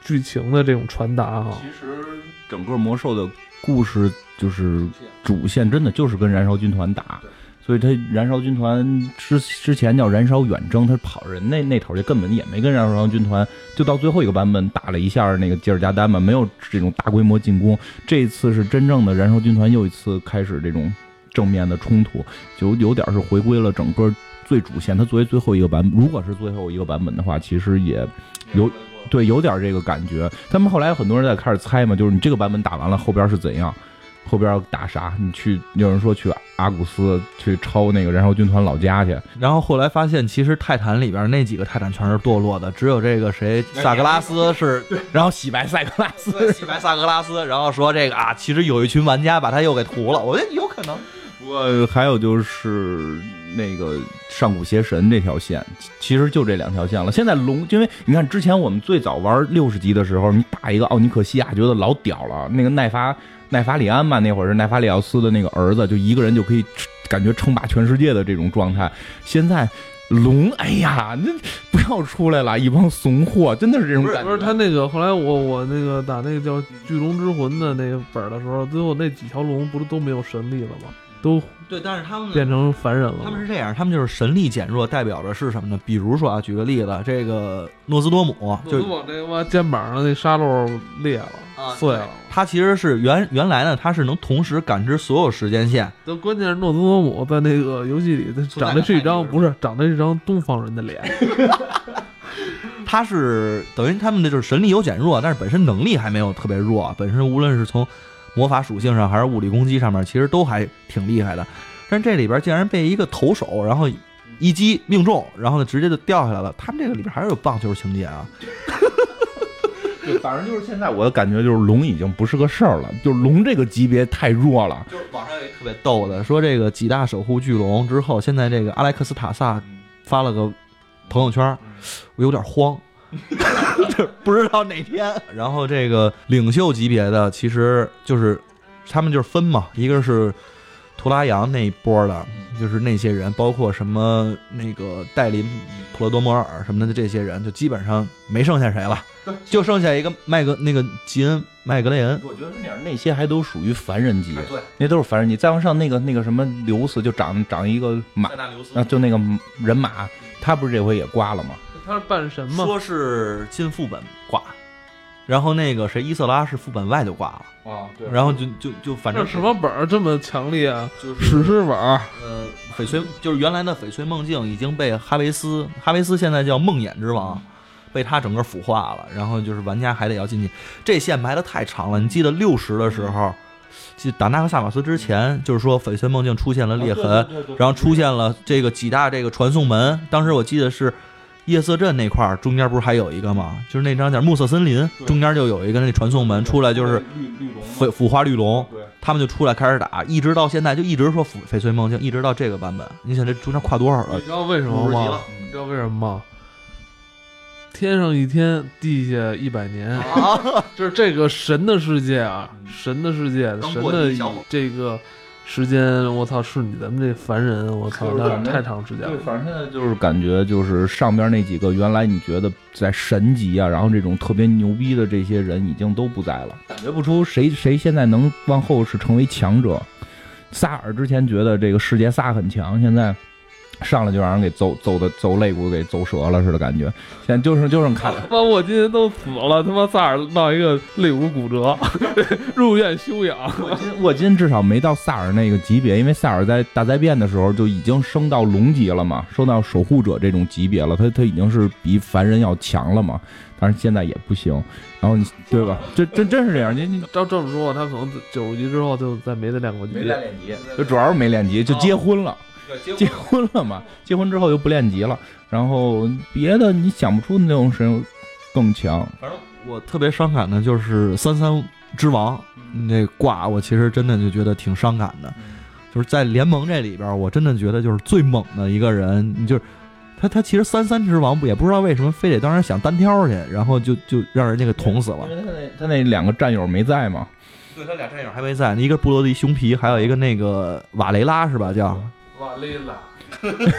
剧情的这种传达啊。 其实整个魔兽的故事就是主线真的就是跟燃烧军团打，所以他燃烧军团之前叫燃烧远征，他跑人那头就根本也没跟燃烧军团，就到最后一个版本打了一下那个吉尔加丹嘛，没有这种大规模进攻。这一次是真正的燃烧军团又一次开始这种正面的冲突，就有点是回归了整个最主线。它作为最后一个版本，如果是最后一个版本的话，其实也有点这个感觉。他们后来很多人在开始猜嘛，就是你这个版本打完了后边是怎样，后边要打啥？有人说去阿古斯去抄那个燃烧军团老家去， 然后后来发现其实泰坦里边那几个泰坦全是堕落的，只有这个谁萨格拉斯是， 然后洗白萨格拉斯， 洗白萨格拉斯，然后说这个啊，其实有一群玩家把他又给屠了，我觉得有可能。 不过还有就是那个上古邪神这条线，其实就这两条线了。现在龙，因为你看之前我们最早玩60级的时候，你打一个奥尼克西亚觉得老屌了，那个奈法里安嘛，那会儿是奈法里奥斯的那个儿子，就一个人就可以感觉称霸全世界的这种状态。现在龙，哎呀，那不要出来了，一帮怂货，真的是这种感觉。 不是他那个后来我那个打那个叫巨龙之魂的那个本的时候，最后那几条龙不是都没有神力了吗？都对，但是他们变成凡人了。 他们是这样，他们就是神力减弱，代表着是什么呢？比如说啊，举个例子，这个诺斯多姆就我这个肩膀上那沙漏裂了，碎了。 他其实是原来呢，他是能同时感知所有时间线。 但关键是诺斯多姆在那个游戏里，他长的是一张东方人的脸。 他是等于他们的就是神力有减弱，但是本身能力还没有特别弱，本身无论是从魔法属性上还是物理攻击上面，其实都还挺厉害的。但是这里边竟然被一个投手，然后一击命中，然后呢直接就掉下来了。他们这个里边还是有棒球情节啊。 对，反正就是现在我的感觉就是龙已经不是个事儿了，就是龙这个级别太弱了。 就是网上有一个特别逗的，说这个几大守护巨龙之后，现在这个阿莱克斯塔萨发了个朋友圈，我有点慌。不知道哪天，然后这个领袖级别的其实就是他们就是分嘛，一个是图拉扬那一波的，就是那些人，包括什么那个戴林、普罗多摩尔什么的这些人，就基本上没剩下谁了，就剩下一个那个吉恩麦格雷恩。 我觉得那些还都属于凡人级，对，那都是凡人级。再往上那个什么留斯就长一个马啊，就那个人马，他不是这回也挂了吗？ 他是半神吗？ 说是进副本挂，然后那个谁伊瑟拉是副本外就挂了啊，对， 然后就反正什么本这么强烈啊？ 就是史诗本。 翡翠就是原来的翡翠梦境已经被哈维斯现在叫梦魇之王，被他整个腐化了，然后就是玩家还得要进去。这线埋的太长了，你记得60的时候。打纳克萨玛斯之前，就是说翡翠梦境出现了裂痕，然后出现了这个几大这个传送门。当时我记得是夜色镇那块儿中间不是还有一个吗？就是那张叫暮色森林中间就有一个那传送门出来，就是腐化绿龙，他们就出来开始打，一直到现在就一直说翡翠梦境，一直到这个版本。你想这中间跨多少了？ 你知道为什么吗？你知道为什么吗？天上一天，地下100年，就是这个神的世界啊，神的世界，神的这个时间，我操，是你咱们这凡人，我操，那太长时间了。 对，反正现在就是感觉就是上边那几个原来你觉得在神级啊，然后这种特别牛逼的这些人已经都不在了，感觉不出谁现在能往后是成为强者。萨尔之前觉得这个世界萨很强，现在上来就让人给揍肋骨给揍折了似的感觉。现在就是看， 他妈我今天都死了，他妈萨尔闹一个肋骨骨折，入院休养。 沃金至少没到萨尔那个级别，因为萨尔在大灾变的时候就已经升到龙级了嘛，升到守护者这种级别了，他已经是比凡人要强了嘛。但是现在也不行，然后你对吧？真是这样。你照这么说，他可能90级之后就再没再练过级， 没练级，就主要是没练级，就结婚了。结婚了嘛？结婚之后就不练级了，然后别的你想不出那种神更强。 反正我特别伤感的就是33之王那挂，我其实真的就觉得挺伤感的。就是在联盟这里边，我真的觉得就是最猛的一个人，你就是他其实33之王也不知道为什么非得当时想单挑去，然后就让人家给捅死了。 因为他那2个战友没在嘛？ 对，他俩战友还没在，一个布罗迪熊皮，还有一个那个瓦雷拉是吧？叫。 瓦雷拉，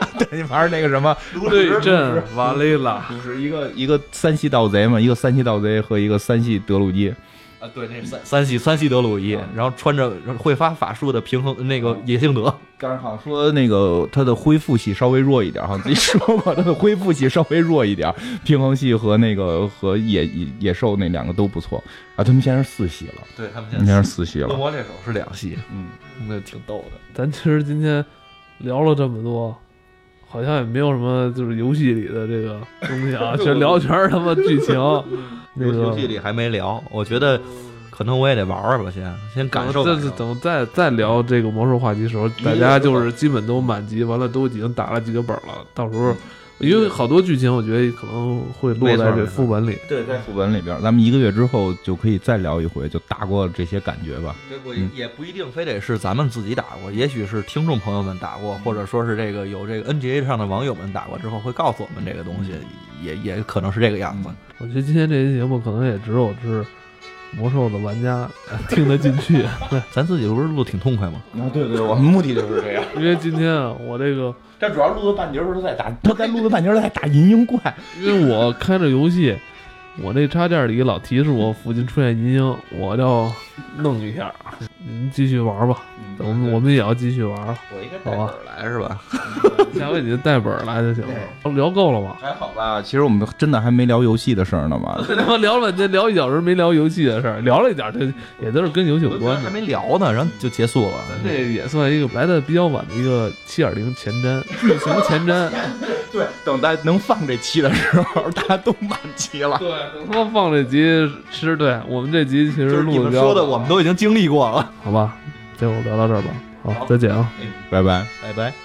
对，你玩那个什么对阵瓦雷拉， 就是一个三系盗贼嘛，一个三系盗贼和一个三系德鲁伊。 啊，对，那是三系德鲁伊，然后穿着会发法术的平衡那个野性德。 刚才好像说那个他的恢复系稍微弱一点，好像自己说过他的恢复系稍微弱一点，平衡系和那个和野兽那两个都不错啊。他们现在是4系了， 对他们现在是4系了。 恶魔猎手是2系，那挺逗的。 咱其实今天聊了这么多，好像也没有什么就是游戏里的这个东西啊，全聊全是他妈剧情。那个游戏里还没聊，我觉得可能我也得玩玩吧，先感受。 等再聊这个魔兽话题的时候，大家就是基本都满级，完了都已经打了几个本了，到时候。因为好多剧情，我觉得可能会落在这副本里。 对，在副本里边，咱们1个月之后就可以再聊一回，就打过这些感觉吧。 也不一定非得是咱们自己打过，也许是听众朋友们打过，或者说是这个有这个 NGA 上的网友们打过之后，会告诉我们这个东西，也可能是这个样子。 我觉得今天这期节目可能也只有是魔兽的玩家听得进去。 咱自己不是录挺痛快吗？ 啊，对，我们目的就是这样。 因为今天啊，我这个。 他主要录到半截时候他在录到半截在打银鹰怪， 因为我开着游戏，我那插件里老提示我附近出现银鹰，我要弄一下。您继续玩吧，我们也要继续玩。 我应该带本来是吧？ 下回你就带本来就行了。聊够了吗？ 还好吧。其实我们真的还没聊游戏的事儿呢嘛。 他妈聊了半天，聊1小时没聊游戏的事儿，聊了一点，这也都是跟游戏有关的。 还没聊呢，然后就结束了。 这也算一个来的比较晚的一个7.0前瞻，剧情前瞻。 对，等大家能放这期的时候，大家都满级了。 对，等他妈放这集，其实对我们这集其实录你们说的，我们都已经经历过了。 好吧，这我聊到这儿吧。好，再见啊， 拜拜， 拜拜。